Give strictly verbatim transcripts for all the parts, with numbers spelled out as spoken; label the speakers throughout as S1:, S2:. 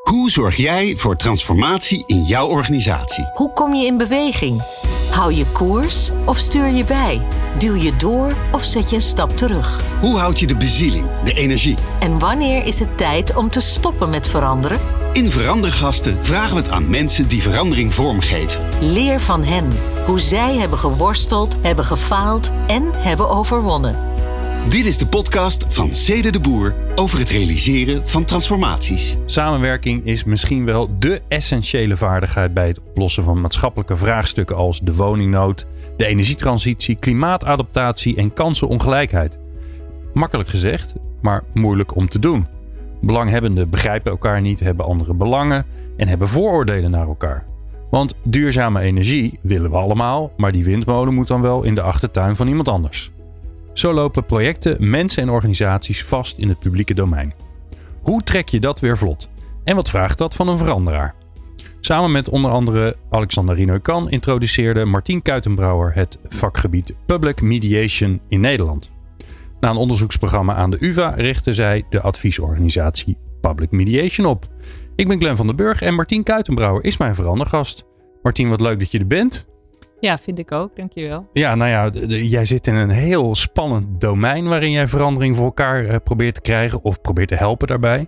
S1: Hoe zorg jij voor transformatie in jouw organisatie?
S2: Hoe kom je in beweging? Hou je koers of stuur je bij? Duw je door of zet je een stap terug?
S1: Hoe houd je de bezieling, de energie?
S2: En wanneer is het tijd om te stoppen met veranderen?
S1: In Verandergasten vragen we het aan mensen die verandering vormgeven.
S2: Leer van hen. Hoe zij hebben geworsteld, hebben gefaald en hebben overwonnen.
S1: Dit is de podcast van Cede de Boer over het realiseren van transformaties.
S3: Samenwerking is misschien wel dé essentiële vaardigheid bij het oplossen van maatschappelijke vraagstukken als de woningnood, de energietransitie, klimaatadaptatie en kansenongelijkheid. Makkelijk gezegd, maar moeilijk om te doen. Belanghebbenden begrijpen elkaar niet, hebben andere belangen en hebben vooroordelen naar elkaar. Want duurzame energie willen we allemaal, maar die windmolen moet dan wel in de achtertuin van iemand anders. Zo lopen projecten, mensen en organisaties vast in het publieke domein. Hoe trek je dat weer vlot? En wat vraagt dat van een veranderaar? Samen met onder andere Alexander Rinoy-Kan introduceerde Martien Kuitenbrouwer het vakgebied Public Mediation in Nederland. Na een onderzoeksprogramma aan de U vA richtte zij de adviesorganisatie Public Mediation op. Ik ben Glenn van den Burg en Martien Kuitenbrouwer is mijn verandergast. Martien, wat leuk dat je er bent.
S4: Ja, vind ik ook. Dankjewel.
S3: Ja, nou ja, de, de, jij zit in een heel spannend domein waarin jij verandering voor elkaar uh, probeert te krijgen of probeert te helpen daarbij.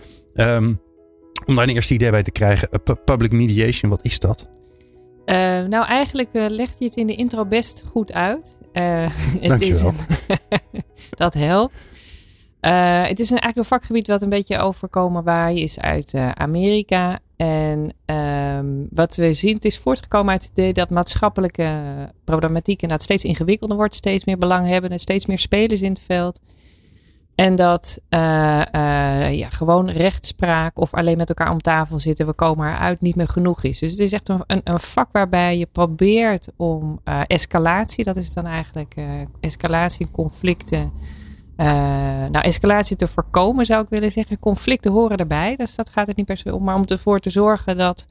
S3: Um, om daar een eerste idee bij te krijgen, uh, public mediation, wat is dat?
S4: Uh, nou, eigenlijk uh, leg je het in de intro best goed uit. Uh, het
S3: Dankjewel.
S4: Is een, dat helpt. Uh, het is een, eigenlijk een vakgebied wat een beetje overkomen waaien is uit uh, Amerika. En um, wat we zien, het is voortgekomen uit het idee dat maatschappelijke problematiek inderdaad steeds ingewikkelder wordt. Steeds meer belanghebbenden, steeds meer spelers in het veld. En dat uh, uh, ja, gewoon rechtspraak of alleen met elkaar om tafel zitten, we komen eruit, niet meer genoeg is. Dus het is echt een, een, een vak waarbij je probeert om uh, escalatie, dat is het dan eigenlijk, uh, escalatie, conflicten. Uh, nou, escalatie te voorkomen zou ik willen zeggen. Conflicten horen erbij. Dus dat gaat het niet per se om. Maar om ervoor te zorgen dat,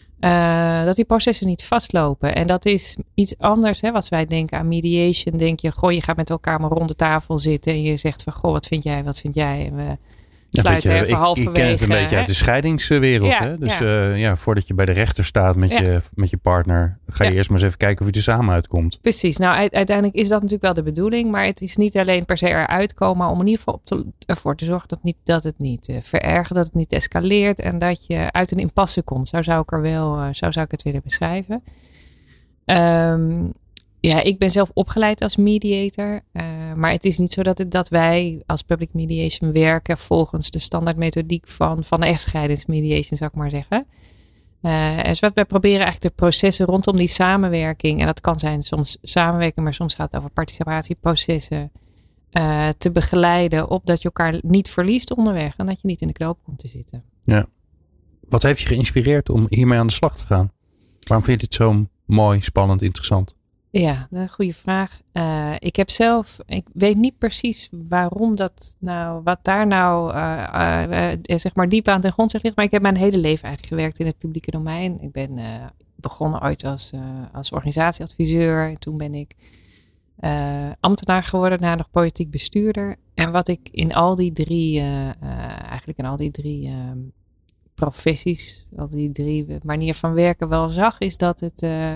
S4: uh, dat die processen niet vastlopen. En dat is iets anders. Hè? Als wij denken aan mediation. Denk je, goh, je gaat met elkaar maar rond de tafel zitten. En je zegt van, goh, wat vind jij, wat vind jij? En we sluiten
S3: ja,
S4: even halverwege.
S3: Ik, ik ken het een beetje
S4: hè?
S3: uit de scheidingswereld.
S4: Ja,
S3: hè? Dus
S4: ja.
S3: Uh, ja, voordat je bij de rechter staat met, ja. je, met je partner, ga je ja. eerst maar eens even kijken of je er samen uitkomt.
S4: Precies. Nou, uiteindelijk is dat natuurlijk wel de bedoeling. Maar het is niet alleen per se eruit komen. Maar om in ieder geval op te, ervoor te zorgen dat, niet, dat het niet uh, verergert. Dat het niet escaleert. En dat je uit een impasse komt. Zo zou ik er wel, uh, zo zou ik het willen beschrijven. Um, Ja, ik ben zelf opgeleid als mediator. Uh, maar het is niet zo dat, het, dat wij als public mediation werken volgens de standaard methodiek van, van echtscheidingsmediation, zou ik maar zeggen. Uh, dus wat wij proberen eigenlijk de processen rondom die samenwerking. En dat kan zijn soms samenwerking, maar soms gaat het over participatieprocessen. Uh, te begeleiden opdat je elkaar niet verliest onderweg. En dat je niet in de knoop komt te zitten.
S3: Ja. Wat heeft je geïnspireerd om hiermee aan de slag te gaan? Waarom vind je dit zo mooi, spannend, interessant?
S4: Ja, een goede vraag. Uh, ik heb zelf, ik weet niet precies waarom dat nou, wat daar nou uh, uh, uh, zeg maar diep aan ten grondslag ligt. Maar ik heb mijn hele leven eigenlijk gewerkt in het publieke domein. Ik ben uh, begonnen ooit als, uh, als organisatieadviseur. Toen ben ik uh, ambtenaar geworden, daarna nog politiek bestuurder. En wat ik in al die drie, uh, uh, eigenlijk in al die drie uh, professies, al die drie manieren van werken wel zag, is dat het... Uh,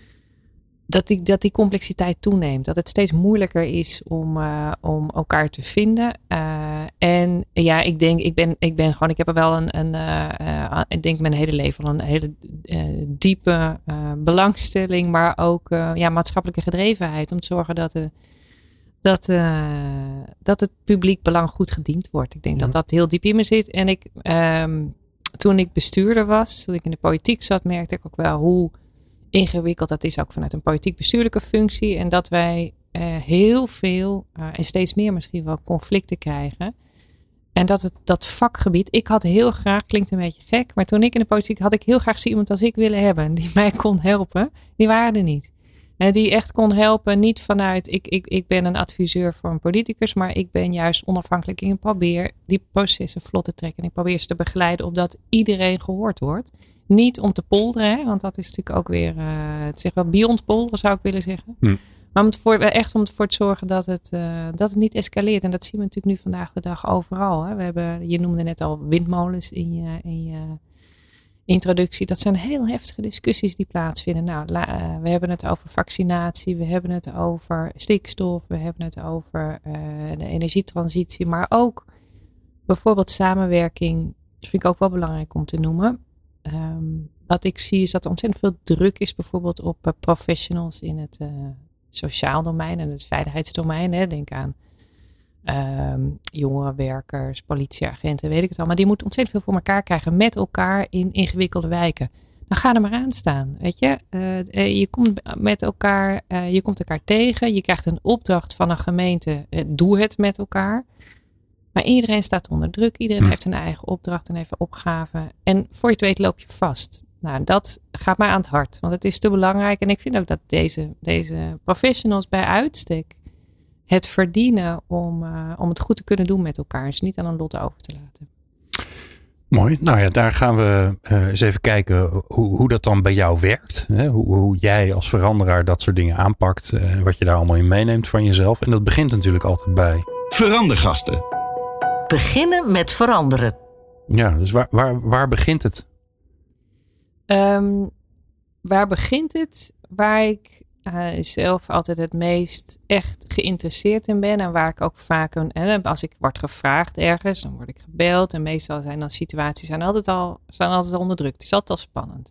S4: Dat die, dat die complexiteit toeneemt. Dat het steeds moeilijker is om, uh, om elkaar te vinden. Uh, en ja, ik denk, ik ben, ik ben gewoon, ik heb er wel een, een uh, uh, ik denk mijn hele leven al een hele uh, diepe uh, belangstelling, maar ook uh, ja, maatschappelijke gedrevenheid om te zorgen dat, uh, dat, uh, dat het publiek belang goed gediend wordt. Ik denk ja. dat dat heel diep in me zit. En ik, um, toen ik bestuurder was, toen ik in de politiek zat, merkte ik ook wel hoe ingewikkeld dat is ook vanuit een politiek bestuurlijke functie. En dat wij uh, heel veel uh, en steeds meer misschien wel conflicten krijgen. En dat het dat vakgebied, ik had heel graag, klinkt een beetje gek, maar toen ik in de politiek had ik heel graag zo iemand als ik willen hebben. Die mij kon helpen. Die waren er niet. En die echt kon helpen, niet vanuit, ik, ik, ik ben een adviseur voor een politicus, maar ik ben juist onafhankelijk en ik probeer die processen vlot te trekken. En ik probeer ze te begeleiden opdat iedereen gehoord wordt. Niet om te polderen, hè, want dat is natuurlijk ook weer, uh, het zegt wel beyond polderen zou ik willen zeggen. Hm. Maar om het voor, echt om ervoor te zorgen dat het, uh, dat het niet escaleert. En dat zien we natuurlijk nu vandaag de dag overal. Hè. We hebben, je noemde net al windmolens in je, in je introductie. Dat zijn heel heftige discussies die plaatsvinden. Nou, la, uh, we hebben het over vaccinatie. We hebben het over stikstof. We hebben het over uh, de energietransitie. Maar ook bijvoorbeeld samenwerking. Dat vind ik ook wel belangrijk om te noemen. Um, wat ik zie is dat er ontzettend veel druk is. Bijvoorbeeld op uh, professionals in het... Uh, sociaal domein en het veiligheidsdomein. Hè. Denk aan um, jongerenwerkers, politieagenten, weet ik het al. Maar die moeten ontzettend veel voor elkaar krijgen met elkaar in ingewikkelde wijken. Dan ga er maar aan staan, weet je. Uh, je komt met elkaar, uh, je komt elkaar tegen. Je krijgt een opdracht van een gemeente. Uh, doe het met elkaar. Maar iedereen staat onder druk. Iedereen hm. heeft een eigen opdracht en eigen opgave. En voor je het weet loop je vast. Nou, dat gaat mij aan het hart. Want het is te belangrijk. En ik vind ook dat deze, deze professionals bij uitstek het verdienen om, uh, om het goed te kunnen doen met elkaar. Dus niet aan een lot over te laten.
S3: Mooi. Nou ja, daar gaan we uh, eens even kijken hoe, hoe dat dan bij jou werkt. Hè? Hoe, hoe jij als veranderaar dat soort dingen aanpakt. Uh, wat je daar allemaal in meeneemt van jezelf. En dat begint natuurlijk altijd bij...
S1: Verandergasten.
S2: Beginnen met veranderen.
S3: Ja, dus waar, waar, waar begint het?
S4: Um, waar begint het? Waar ik uh, zelf altijd het meest echt geïnteresseerd in ben. En waar ik ook vaak, een, en als ik word gevraagd ergens, dan word ik gebeld. En meestal zijn dan situaties zijn altijd al, staan altijd onder druk. Het is altijd al spannend.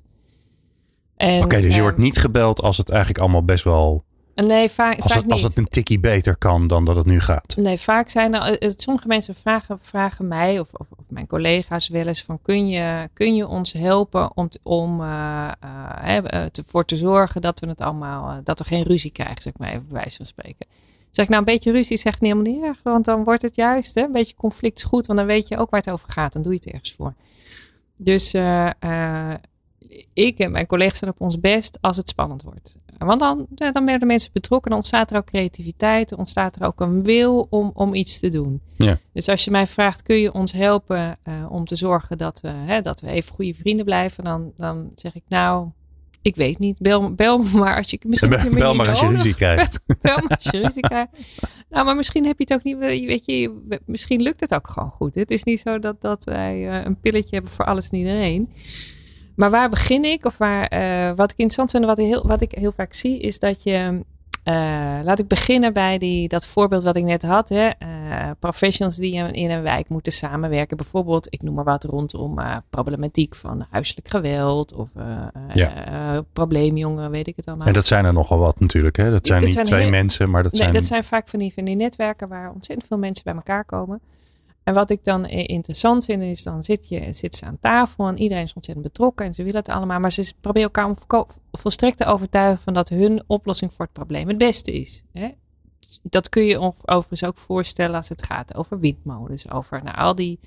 S3: Oké, okay, dus je um, wordt niet gebeld als het eigenlijk allemaal best wel...
S4: Nee, vaak,
S3: als,
S4: vaak
S3: het,
S4: niet.
S3: Als het een tikkie beter kan dan dat het nu gaat.
S4: Nee, vaak zijn er... Sommige mensen vragen, vragen mij of, of, of mijn collega's wel eens van... Kun je, kun je ons helpen om, om uh, uh, te, voor te zorgen dat we het allemaal... Uh, dat we geen ruzie krijgen, zeg ik maar even bij wijze van spreken. Zeg ik nou, een beetje ruzie zeg ik niet helemaal niet erg. Want dan wordt het juist, hè, een beetje conflict is goed. Want dan weet je ook waar het over gaat. Dan doe je het ergens voor. Dus... Uh, uh, ik en mijn collega's zijn op ons best als het spannend wordt. Want dan, dan werden mensen betrokken. Dan ontstaat er ook creativiteit. Er ontstaat er ook een wil om, om iets te doen. Ja. Dus als je mij vraagt, kun je ons helpen uh, om te zorgen dat we, hè, dat we even goede vrienden blijven. Dan, dan zeg ik nou, ik weet niet. Bel, bel maar als je misschien
S3: bel, bel maar als je ruzie krijgt.
S4: Bel maar als je ruzie krijgt. Nou, maar misschien heb je het ook niet. Weet je, misschien lukt het ook gewoon goed. Het is niet zo dat, dat wij uh, een pilletje hebben voor alles en iedereen. Maar waar begin ik? Of waar, uh, wat ik interessant vind, wat, heel, wat ik heel vaak zie, is dat je... Uh, laat ik beginnen bij die, dat voorbeeld wat ik net had. Hè? Uh, professionals die in een wijk moeten samenwerken. Bijvoorbeeld, ik noem maar wat rondom uh, problematiek van huiselijk geweld. Of uh, ja. uh, probleemjongeren, weet ik het allemaal.
S3: En dat zijn er nogal wat natuurlijk. Hè? Dat zijn dat niet zijn twee heel, mensen, maar dat
S4: nee,
S3: zijn...
S4: dat zijn vaak van die, van die netwerken waar ontzettend veel mensen bij elkaar komen. En wat ik dan interessant vind is, dan zit je, zit ze aan tafel en iedereen is ontzettend betrokken en ze willen het allemaal. Maar ze proberen elkaar om volstrekt te overtuigen van dat hun oplossing voor het probleem het beste is. Hè? Dat kun je overigens ook voorstellen als het gaat over windmolens, over nou, al die...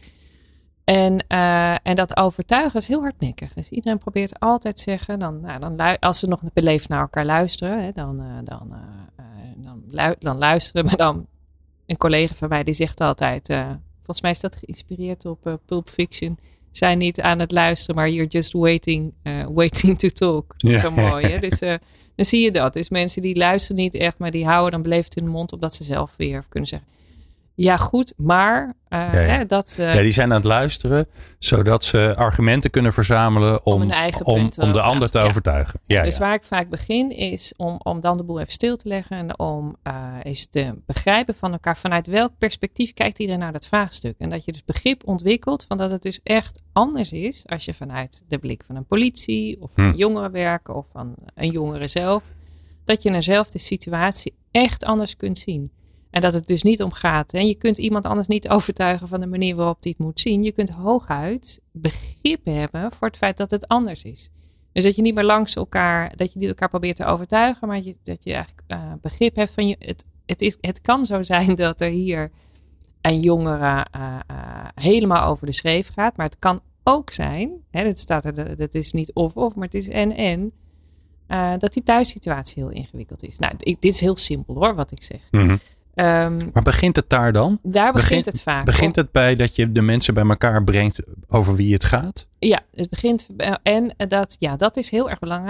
S4: En, uh, en dat overtuigen is heel hardnekkig. Dus iedereen probeert altijd te zeggen, dan, nou, dan, als ze nog beleefd naar elkaar luisteren, hè, dan, uh, dan, uh, uh, dan, lu- dan luisteren. Maar dan een collega van mij die zegt altijd... Uh, Volgens mij is dat geïnspireerd op uh, Pulp Fiction. Zijn niet aan het luisteren, maar you're just waiting, uh, waiting to talk. Dat is zo mooi. Hè? Dus uh, dan zie je dat. Dus mensen die luisteren niet echt, maar die houden dan beleefd hun mond, opdat ze zelf weer kunnen zeggen. Ja, goed, maar uh,
S3: ja, ja.
S4: Hè, dat... Uh,
S3: ja, die zijn aan het luisteren, zodat ze argumenten kunnen verzamelen om, om, om, om de ander te ja. overtuigen. Ja,
S4: dus
S3: ja.
S4: waar ik vaak begin is om, om dan de boel even stil te leggen en om uh, eens te begrijpen van elkaar vanuit welk perspectief kijkt iedereen naar dat vraagstuk. En dat je dus begrip ontwikkelt van dat het dus echt anders is als je vanuit de blik van een politie of van hm. jongerenwerken of van een jongere zelf, dat je eenzelfde situatie echt anders kunt zien. En dat het dus niet om gaat. En je kunt iemand anders niet overtuigen van de manier waarop hij het moet zien. Je kunt hooguit begrip hebben voor het feit dat het anders is. Dus dat je niet meer langs elkaar, dat je niet elkaar probeert te overtuigen. Maar je, dat je eigenlijk uh, begrip hebt van je. Het, het, is, het kan zo zijn dat er hier een jongere uh, uh, helemaal over de schreef gaat. Maar het kan ook zijn, hè, dat staat er, dat is niet of-of, maar het is en-en. Uh, dat die thuissituatie heel ingewikkeld is. Nou, ik, dit is heel simpel hoor, wat ik zeg.
S3: Mm-hmm. Um, maar begint het daar dan?
S4: Daar begint begint het vaak.
S3: Begint het bij dat je de mensen bij elkaar brengt over wie het gaat?
S4: Ja, het begint en dat, ja, dat is heel erg belangrijk.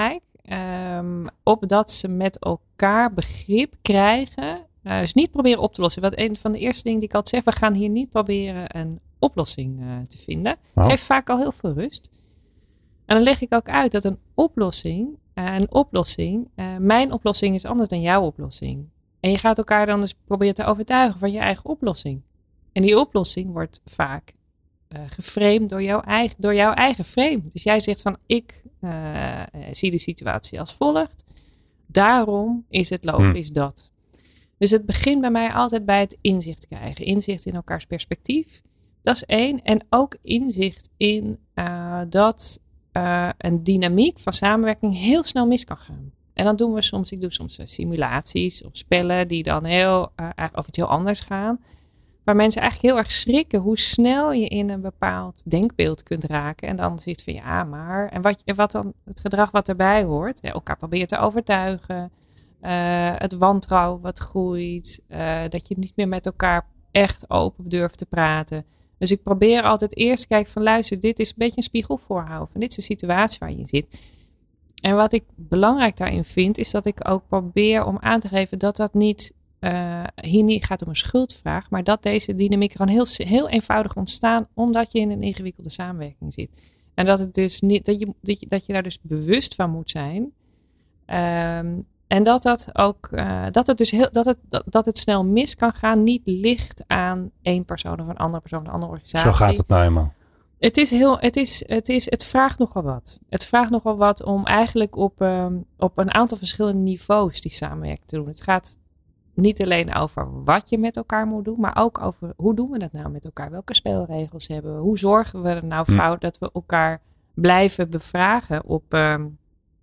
S4: Um, opdat ze met elkaar begrip krijgen. Uh, dus niet proberen op te lossen. Wat een van de eerste dingen die ik altijd zeg. We gaan hier niet proberen een oplossing uh, te vinden.
S3: Oh.
S4: Geeft vaak al heel veel rust. En dan leg ik ook uit dat een oplossing. Uh, een oplossing. Uh, mijn oplossing is anders dan jouw oplossing. En je gaat elkaar dan dus proberen te overtuigen van je eigen oplossing. En die oplossing wordt vaak uh, geframed door jouw, eigen, door jouw eigen frame. Dus jij zegt van ik uh, uh, zie de situatie als volgt. Daarom is het logisch hmm. dat. Dus het begint bij mij altijd bij het inzicht krijgen. Inzicht in elkaars perspectief. Dat is één. En ook inzicht in uh, dat uh, een dynamiek van samenwerking heel snel mis kan gaan. En dan doen we soms, ik doe soms simulaties of spellen die dan heel, uh, eigenlijk over iets heel anders gaan. Waar mensen eigenlijk heel erg schrikken hoe snel je in een bepaald denkbeeld kunt raken. En dan zit van ja, maar. En wat, wat dan het gedrag wat erbij hoort. Ja, elkaar proberen te overtuigen. Uh, het wantrouwen wat groeit. Uh, dat je niet meer met elkaar echt open durft te praten. Dus ik probeer altijd eerst te kijken van luister, dit is een beetje een spiegel voorhouden. Van dit is de situatie waar je in zit. En wat ik belangrijk daarin vind, is dat ik ook probeer om aan te geven dat dat niet, uh, hier niet gaat om een schuldvraag, maar dat deze dynamiek gewoon heel, heel eenvoudig ontstaan, omdat je in een ingewikkelde samenwerking zit. En dat het dus niet, dat je, dat je, dat je daar dus bewust van moet zijn. Um, en dat dat ook, uh, dat het dus heel, dat het, dat, dat het snel mis kan gaan, niet ligt aan één persoon of een andere persoon of een andere organisatie.
S3: Zo gaat het nou eenmaal.
S4: Het is heel, het is, het is, het vraagt nogal wat. Het vraagt nogal wat om eigenlijk op, um, op een aantal verschillende niveaus die samenwerking te doen. Het gaat niet alleen over wat je met elkaar moet doen, maar ook over hoe doen we dat nou met elkaar? Welke spelregels hebben we? Hoe zorgen we er nou voor hm. dat we elkaar blijven bevragen op, um,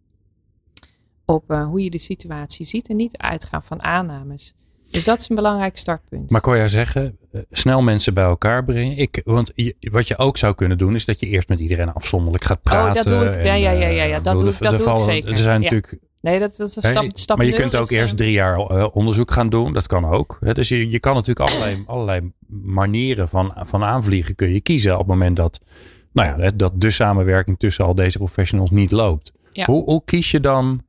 S4: op uh, hoe je de situatie ziet en niet uitgaan van aannames. Dus dat is een belangrijk startpunt.
S3: Maar kon jij zeggen, uh, snel mensen bij elkaar brengen? Ik, want je, wat je ook zou kunnen doen, is dat je eerst met iedereen afzonderlijk gaat praten.
S4: Oh, dat doe ik.
S3: En,
S4: ja, ja, ja, ja, ja. Dat
S3: uh,
S4: doe ik, dat doe ik zeker.
S3: Er zijn
S4: ja.
S3: natuurlijk.
S4: Nee, dat, dat is een stap,
S3: hey,
S4: stap
S3: Maar je
S4: nul,
S3: kunt ook
S4: dus,
S3: eerst drie jaar uh, onderzoek gaan doen. Dat kan ook. Hè? Dus je, je kan natuurlijk allerlei, allerlei manieren van, van aanvliegen kun je kiezen op het moment dat, nou ja, dat de samenwerking tussen al deze professionals niet loopt.
S4: Ja.
S3: Hoe, hoe kies je dan,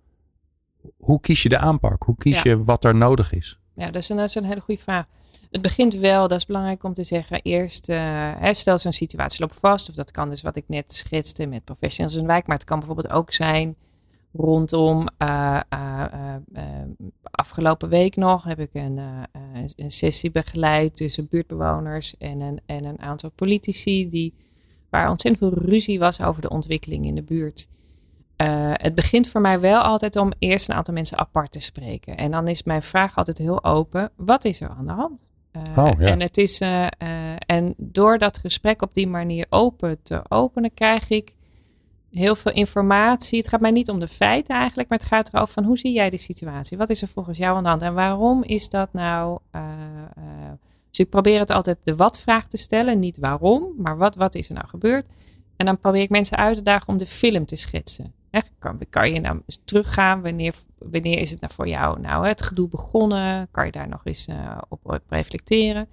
S3: hoe kies je de aanpak? Hoe kies
S4: ja.
S3: je wat er nodig is?
S4: Ja, dat is, een, dat is een hele goede vraag. Het begint wel, dat is belangrijk om te zeggen, eerst uh, stel zo'n situatie loopt vast. Of dat kan dus wat ik net schetste met professionals in de wijk. Maar het kan bijvoorbeeld ook zijn rondom uh, uh, uh, uh, afgelopen week nog heb ik een, uh, een sessie begeleid tussen buurtbewoners en een, en een aantal politici die, waar ontzettend veel ruzie was over de ontwikkeling in de buurt. Uh, het begint voor mij wel altijd om eerst een aantal mensen apart te spreken. En dan is mijn vraag altijd heel open. Wat is er aan de hand? Uh, oh, ja. En het is uh, uh, en door dat gesprek op die manier open te openen, krijg ik heel veel informatie. Het gaat mij niet om de feiten eigenlijk, maar het gaat erover van hoe zie jij de situatie? Wat is er volgens jou aan de hand? En waarom is dat nou? Uh, uh, dus ik probeer het altijd de wat-vraag te stellen, niet waarom, maar wat, wat is er nou gebeurd? En dan probeer ik mensen uit te dagen om de film te schetsen. Echt, kan, kan je nou eens teruggaan? Wanneer, wanneer is het nou voor jou nou het gedoe begonnen? Kan je daar nog eens uh, op, op reflecteren?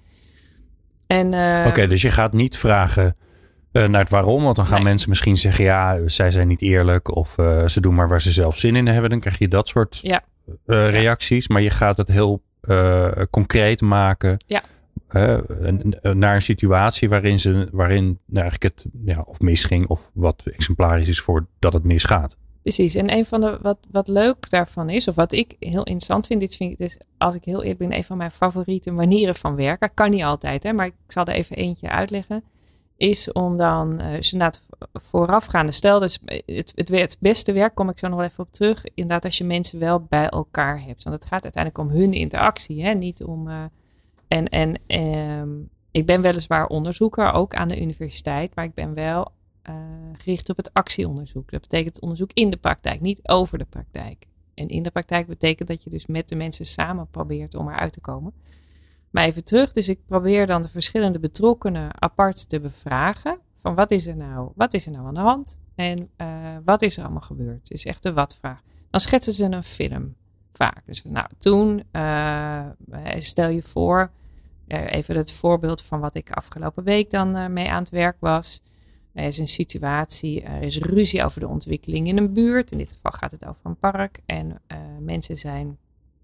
S4: Uh, Oké,
S3: okay, dus je gaat niet vragen uh, naar het waarom. Want dan gaan nee. mensen misschien zeggen, ja, zij zijn niet eerlijk. Of uh, ze doen maar waar ze zelf zin in hebben. Dan krijg je dat soort
S4: ja.
S3: uh, reacties. Ja. Maar je gaat het heel uh, concreet maken.
S4: Ja.
S3: Uh, naar een situatie waarin ze waarin nou eigenlijk het ja, of misging of wat exemplarisch is voor dat het misgaat.
S4: Precies. En een van de wat, wat leuk daarvan is, of wat ik heel interessant vind, dit vind ik, dus als ik heel eerlijk ben, een van mijn favoriete manieren van werken. Kan niet altijd, hè, maar ik zal er even eentje uitleggen. Is om dan, uh, dus inderdaad voorafgaande, stel dus het, het, het beste werk, kom ik zo nog wel even op terug. Inderdaad, als je mensen wel bij elkaar hebt. Want het gaat uiteindelijk om hun interactie, hè, niet om. Uh, En, en um, ik ben weliswaar onderzoeker, ook aan de universiteit, maar ik ben wel uh, gericht op het actieonderzoek. Dat betekent onderzoek in de praktijk, niet over de praktijk. En in de praktijk betekent dat je dus met de mensen samen probeert om eruit te komen. Maar even terug, dus ik probeer dan de verschillende betrokkenen apart te bevragen. Van wat is er nou, wat is er nou aan de hand? En uh, wat is er allemaal gebeurd? Dus echt de wat-vraag. Dan schetsen ze een film. Vaak. Dus nou, toen, uh, stel je voor, uh, even het voorbeeld van wat ik afgelopen week dan uh, mee aan het werk was. Er is een situatie, er is ruzie over de ontwikkeling in een buurt. In dit geval gaat het over een park. En uh, mensen zijn,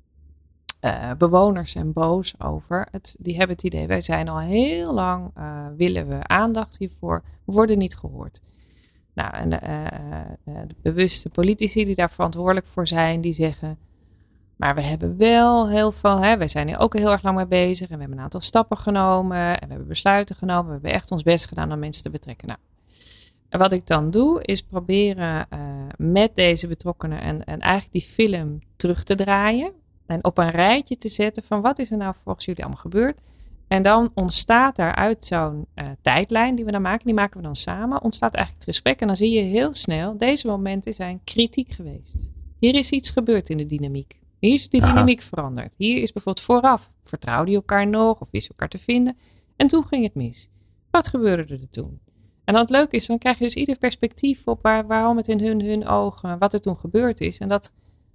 S4: uh, bewoners zijn boos over het. Die hebben het idee, wij zijn al heel lang, uh, willen we aandacht hiervoor. We worden niet gehoord. Nou, en uh, uh, de bewuste politici die daar verantwoordelijk voor zijn, die zeggen, maar we hebben wel heel veel, hè, wij zijn hier ook heel erg lang mee bezig. En we hebben een aantal stappen genomen. En we hebben besluiten genomen. We hebben echt ons best gedaan om mensen te betrekken. Nou, en wat ik dan doe, is proberen uh, met deze betrokkenen en, en eigenlijk die film terug te draaien. En op een rijtje te zetten van wat is er nou volgens jullie allemaal gebeurd. En dan ontstaat daaruit zo'n uh, tijdlijn die we dan maken. Die maken we dan samen. Ontstaat eigenlijk het gesprek. En dan zie je heel snel, deze momenten zijn kritiek geweest. Hier is iets gebeurd in de dynamiek. Hier is de dynamiek Aha. veranderd. Hier is bijvoorbeeld vooraf, vertrouwden die elkaar nog of wisten elkaar te vinden. En toen ging het mis. Wat gebeurde er toen? En dan het leuke is, dan krijg je dus ieder perspectief op waar, waarom het in hun, hun ogen, wat er toen gebeurd is. En dat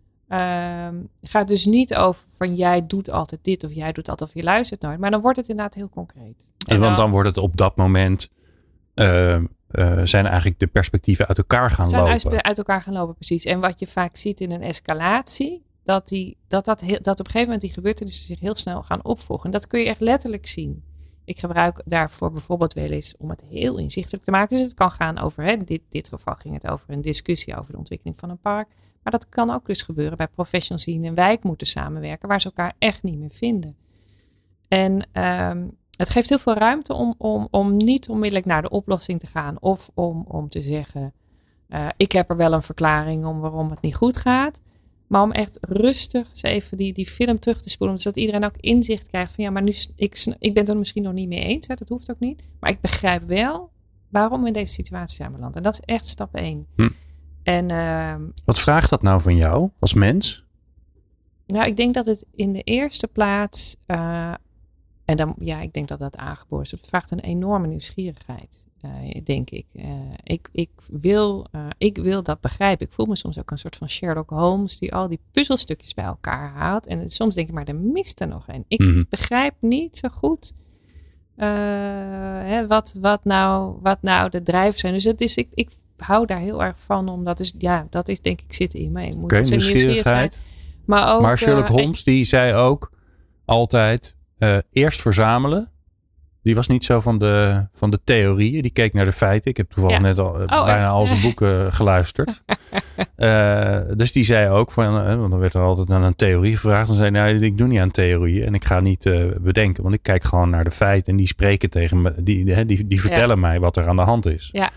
S4: uh, gaat dus niet over van jij doet altijd dit of jij doet altijd of je luistert nooit. Maar dan wordt het inderdaad heel concreet.
S3: En, en want dan, dan wordt het op dat moment, uh, uh, zijn eigenlijk de perspectieven uit elkaar gaan
S4: zijn
S3: lopen.
S4: Zijn uit elkaar gaan lopen, precies. En wat je vaak ziet in een escalatie, dat, die, dat, dat, heel, dat op een gegeven moment die gebeurtenissen zich heel snel gaan opvolgen. En dat kun je echt letterlijk zien. Ik gebruik daarvoor bijvoorbeeld wel eens om het heel inzichtelijk te maken. Dus het kan gaan over, hè, dit, dit geval ging het over een discussie over de ontwikkeling van een park. Maar dat kan ook dus gebeuren bij professionals die in een wijk moeten samenwerken, waar ze elkaar echt niet meer vinden. En um, het geeft heel veel ruimte om, om, om niet onmiddellijk naar de oplossing te gaan. Of om, om te zeggen, uh, ik heb er wel een verklaring om waarom het niet goed gaat. Maar om echt rustig eens even die, die film terug te spoelen. Zodat iedereen ook inzicht krijgt van ja, maar nu, ik, ik ben het er misschien nog niet mee eens. Hè, dat hoeft ook niet. Maar ik begrijp wel waarom we in deze situatie zijn beland. En dat is echt stap één.
S3: Hm.
S4: En, uh,
S3: Wat vraagt dat nou van jou als mens?
S4: Nou, ik denk dat het in de eerste plaats, uh, en dan, ja, ik denk dat dat aangeboren is. Het vraagt een enorme nieuwsgierigheid, uh, denk ik. Uh, ik, ik, wil, uh, ik wil dat begrijpen. Ik voel me soms ook een soort van Sherlock Holmes die al die puzzelstukjes bij elkaar haalt. En soms denk ik, maar er mist er nog een. Ik mm-hmm. begrijp niet zo goed uh, hè, wat, wat, nou, wat nou de drijf zijn. Dus het is, ik, ik hou daar heel erg van, omdat is, ja, dat is denk ik zitten in mij. Ik moet
S3: okay, nieuwsgierig zijn.
S4: Maar, ook,
S3: maar Sherlock uh, Holmes die zei ook altijd uh, eerst verzamelen. Die was niet zo van de, van de theorieën. Die keek naar de feiten. Ik heb toevallig ja. net al uh, oh, bijna echt? al zijn boeken geluisterd. uh, dus die zei ook van, uh, want dan werd er altijd aan een theorie gevraagd. Dan zei hij, nou, ik doe niet aan theorieën en ik ga niet uh, bedenken. Want ik kijk gewoon naar de feiten en die spreken tegen me. Die, die, die, die vertellen ja. mij wat er aan de hand is.
S4: Ja.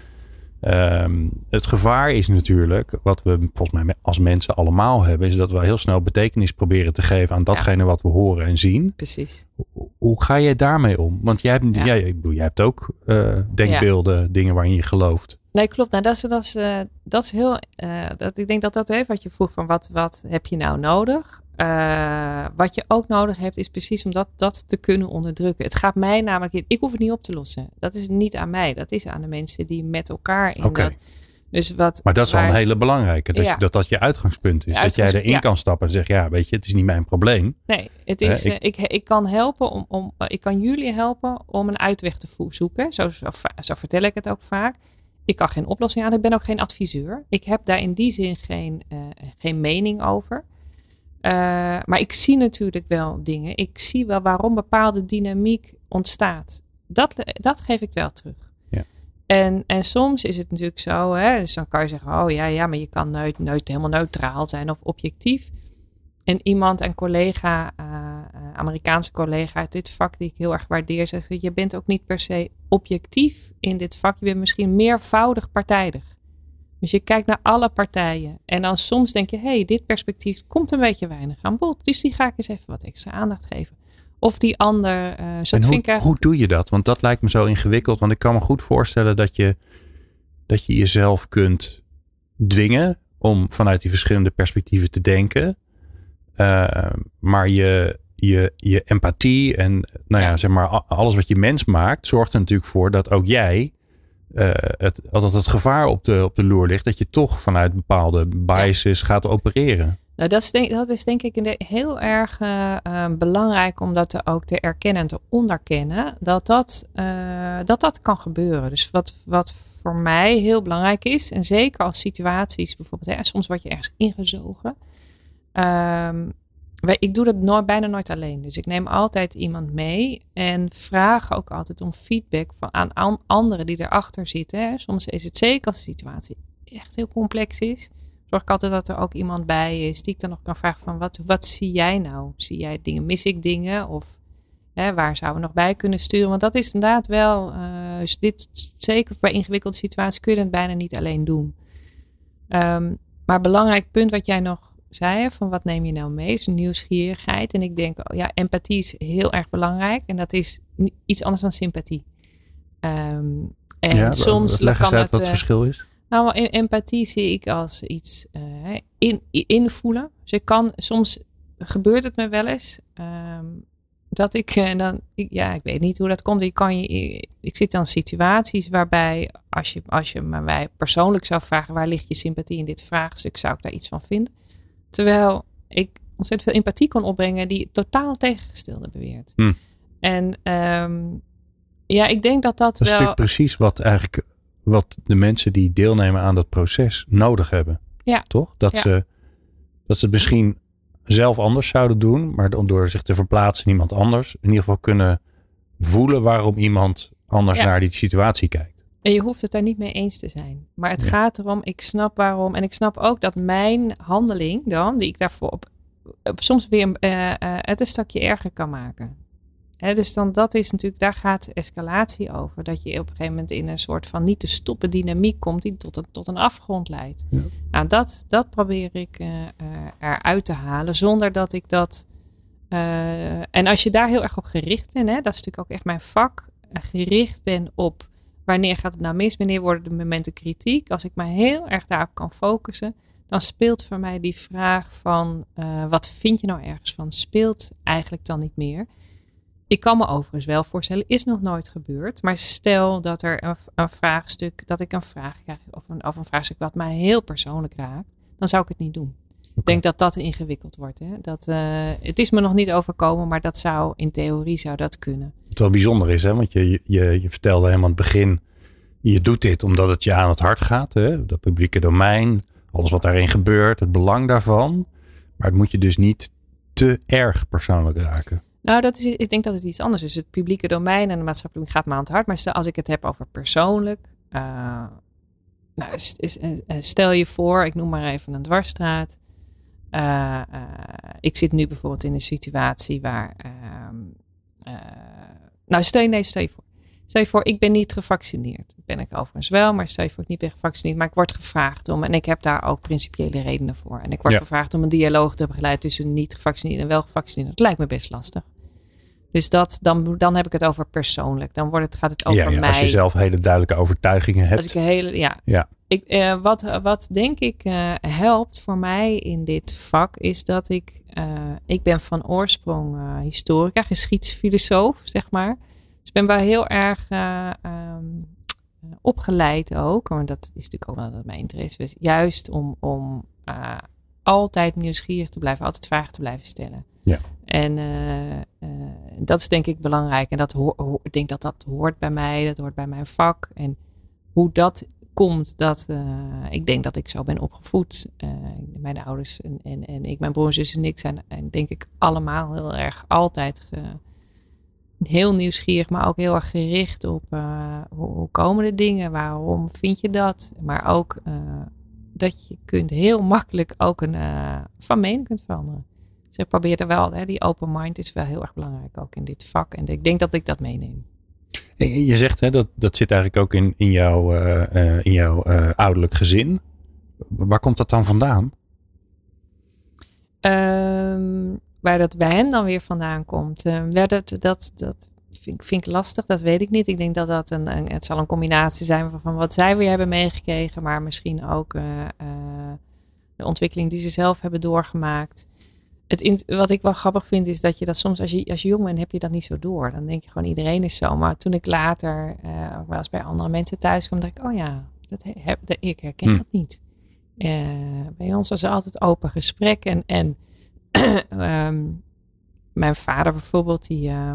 S3: Um, het gevaar is natuurlijk, wat we volgens mij als mensen allemaal hebben, is dat we heel snel betekenis proberen te geven aan datgene ja. wat we horen en zien.
S4: Precies.
S3: Hoe, hoe ga je daarmee om? Want jij hebt, ja. jij, ik bedoel, jij hebt ook uh, denkbeelden, ja. dingen waarin je gelooft.
S4: Nee, klopt. Nou, dat is, dat is, uh, dat is heel. Uh, dat, ik denk dat dat heeft wat je vroeg van wat, wat heb je nou nodig? Uh, wat je ook nodig hebt is precies om dat, dat te kunnen onderdrukken. Het gaat mij namelijk niet. Ik hoef het niet op te lossen. Dat is niet aan mij. Dat is aan de mensen die met elkaar in
S3: okay.
S4: dat. Dus wat,
S3: maar dat is wel een hele belangrijke. Dat, ja. je, dat dat je uitgangspunt is. Uitgangs, dat jij erin ja. kan stappen en zegt, ja, weet je, het is niet mijn probleem.
S4: Nee, het is, uh, ik, ik, ik kan helpen om, om uh, ik kan jullie helpen om een uitweg te zoeken. Zo, zo, zo vertel ik het ook vaak. Ik kan geen oplossing aan. Ik ben ook geen adviseur. Ik heb daar in die zin geen, uh, geen mening over. Uh, maar ik zie natuurlijk wel dingen. Ik zie wel waarom bepaalde dynamiek ontstaat. Dat, dat geef ik wel terug.
S3: Ja.
S4: En, en soms is het natuurlijk zo. Hè, dus dan kan je zeggen. Oh ja, ja, maar je kan neut, neut, helemaal neutraal zijn of objectief. En iemand, een collega, uh, uh, Amerikaanse collega uit dit vak die ik heel erg waardeer. Zegt, je bent ook niet per se objectief in dit vak. Je bent misschien meervoudig partijdig. Dus je kijkt naar alle partijen. En dan soms denk je, hé, hey, dit perspectief komt een beetje weinig aan bod. Dus die ga ik eens even wat extra aandacht geven. Of die ander. Uh, zo
S3: en hoe,
S4: vind ik...
S3: hoe doe je dat? Want dat lijkt me zo ingewikkeld. Want ik kan me goed voorstellen dat je, dat je jezelf kunt dwingen om vanuit die verschillende perspectieven te denken. Uh, maar je, je, je empathie en nou ja, zeg maar alles wat je mens maakt, zorgt er natuurlijk voor dat ook jij Uh, het, dat het gevaar op de, op de loer ligt, dat je toch vanuit bepaalde biases ja. gaat opereren.
S4: Nou, dat is denk, dat is denk ik in de, heel erg uh, uh, belangrijk om dat te, ook te erkennen en te onderkennen. Dat dat, uh, dat, dat kan gebeuren. Dus wat, wat voor mij heel belangrijk is. En zeker als situaties bijvoorbeeld. Hè, soms word je ergens ingezogen. Um, ik doe dat nooit, bijna nooit alleen. Dus ik neem altijd iemand mee. En vraag ook altijd om feedback van, aan, aan anderen die erachter zitten. Hè. Soms is het zeker als de situatie echt heel complex is. Zorg ik altijd dat er ook iemand bij is die ik dan nog kan vragen van wat, wat zie jij nou? Zie jij dingen? Mis ik dingen? Of hè, waar zouden we nog bij kunnen sturen? Want dat is inderdaad wel, uh, dus dit, zeker bij ingewikkelde situaties kun je het bijna niet alleen doen. Um, maar belangrijk punt wat jij nog zei, van wat neem je nou mee? Is nieuwsgierigheid. En ik denk, oh ja, empathie is heel erg belangrijk. En dat is iets anders dan sympathie. Um, en
S3: ja,
S4: soms
S3: leg
S4: kan
S3: eens uit
S4: het,
S3: wat het verschil is.
S4: Nou, empathie zie ik als iets uh, in, invoelen. Dus ik kan, soms gebeurt het me wel eens. Um, dat ik, en dan, ik, ja, ik weet niet hoe dat komt. Ik, kan je, ik zit dan in situaties waarbij, als je, als je me mij persoonlijk zou vragen, waar ligt je sympathie in dit vraagstuk, zou ik daar iets van vinden. Terwijl ik ontzettend veel empathie kon opbrengen die totaal tegengestelde beweert.
S3: Hm.
S4: En um, ja, ik denk dat dat,
S3: dat
S4: wel...
S3: is natuurlijk precies wat eigenlijk wat de mensen die deelnemen aan dat proces nodig hebben.
S4: Ja.
S3: Toch? Dat,
S4: ja.
S3: ze, dat ze het misschien zelf anders zouden doen, maar door zich te verplaatsen in iemand anders, in ieder geval kunnen voelen waarom iemand anders ja. naar die situatie kijkt.
S4: En je hoeft het daar niet mee eens te zijn. Maar het
S3: ja.
S4: gaat erom, ik snap waarom. En ik snap ook dat mijn handeling dan, die ik daarvoor op, op soms weer uh, uh, het een stukje erger kan maken. He, dus dan dat is natuurlijk, daar gaat escalatie over. Dat je op een gegeven moment in een soort van niet te stoppen dynamiek komt die tot een, tot een afgrond leidt. Ja. Nou, dat, dat probeer ik uh, uh, eruit te halen zonder dat ik dat... Uh, en als je daar heel erg op gericht bent, hè, dat is natuurlijk ook echt mijn vak, uh, gericht ben op wanneer gaat het nou mis, wanneer worden de momenten kritiek. Als ik mij heel erg daarop kan focussen, dan speelt voor mij die vraag van uh, wat vind je nou ergens van, speelt eigenlijk dan niet meer. Ik kan me overigens wel voorstellen, is nog nooit gebeurd. Maar stel dat er een, een vraagstuk, dat ik een vraag krijg of een, of een vraagstuk wat mij heel persoonlijk raakt, dan zou ik het niet doen. Okay. Ik denk dat dat ingewikkeld wordt. Hè? Dat, uh, het is me nog niet overkomen, maar dat zou in theorie zou dat kunnen.
S3: Wat wel bijzonder is, hè? Want je, je, je vertelde helemaal aan het begin, je doet dit omdat het je aan het hart gaat. Hè? Dat publieke domein, alles wat daarin gebeurt, het belang daarvan. Maar het moet je dus niet te erg persoonlijk raken.
S4: Nou, dat is, ik denk dat het iets anders is. Het publieke domein en de maatschappelijk gaat me aan het hart. Maar stel, als ik het heb over persoonlijk. Uh, nou, stel je voor, ik noem maar even een dwarsstraat. Uh, uh, ik zit nu bijvoorbeeld in een situatie waar... Uh, uh, nou, stel je, nee, stel je voor. Stel je voor, ik ben niet gevaccineerd. Ben ik overigens wel, maar stel je voor, ik niet ben gevaccineerd. Maar ik word gevraagd om, en ik heb daar ook principiële redenen voor. En ik word ja. gevraagd om een dialoog te begeleiden tussen niet gevaccineerd en wel gevaccineerd. Dat lijkt me best lastig. Dus dat, dan, dan heb ik het over persoonlijk. Dan wordt het, gaat het over
S3: ja, ja,
S4: mij.
S3: Als je zelf hele duidelijke overtuigingen hebt.
S4: Als ik een hele, ja.
S3: ja.
S4: Ik, uh, wat, wat denk ik uh, helpt voor mij in dit vak is dat ik, uh, ik ben van oorsprong uh, historica, geschiedsfilosoof, zeg maar. Dus ik ben wel heel erg uh, um, opgeleid ook. Want dat is natuurlijk ook wel dat mijn interesse is. Juist om, om uh, altijd nieuwsgierig te blijven, altijd vragen te blijven stellen.
S3: Ja.
S4: En uh, uh, dat is denk ik belangrijk. En dat ho- ho- ik denk dat dat hoort bij mij. Dat hoort bij mijn vak. En hoe dat komt, dat uh, ik denk dat ik zo ben opgevoed. Uh, mijn ouders en, en, en ik, mijn broer en zus en ik zijn en denk ik allemaal heel erg altijd ge, heel nieuwsgierig, maar ook heel erg gericht op uh, hoe, hoe komen de dingen? Waarom vind je dat? Maar ook uh, dat je kunt heel makkelijk ook een uh, van mening kunt veranderen. Dus ik probeer er wel, hè, die open mind is wel heel erg belangrijk ook in dit vak. En ik denk dat ik dat meeneem.
S3: Je zegt, hè, dat, dat zit eigenlijk ook in, in jouw, uh, uh, in jouw uh, ouderlijk gezin. Waar komt dat dan vandaan?
S4: Um, waar dat bij hen dan weer vandaan komt. Uh, dat dat, dat vind, vind ik lastig, dat weet ik niet. Ik denk dat dat een, een, het zal een combinatie zijn van wat zij weer hebben meegekregen. Maar misschien ook uh, uh, de ontwikkeling die ze zelf hebben doorgemaakt. Het, wat ik wel grappig vind is dat je dat soms als je, als je jong bent heb je dat niet zo door. Dan denk je gewoon iedereen is zo. Maar toen ik later uh, ook wel eens bij andere mensen thuis kwam, dacht ik, oh ja, dat heb, dat, ik herken hmm. dat niet. Uh, bij ons was er altijd open gesprek. En, en um, mijn vader bijvoorbeeld, die uh,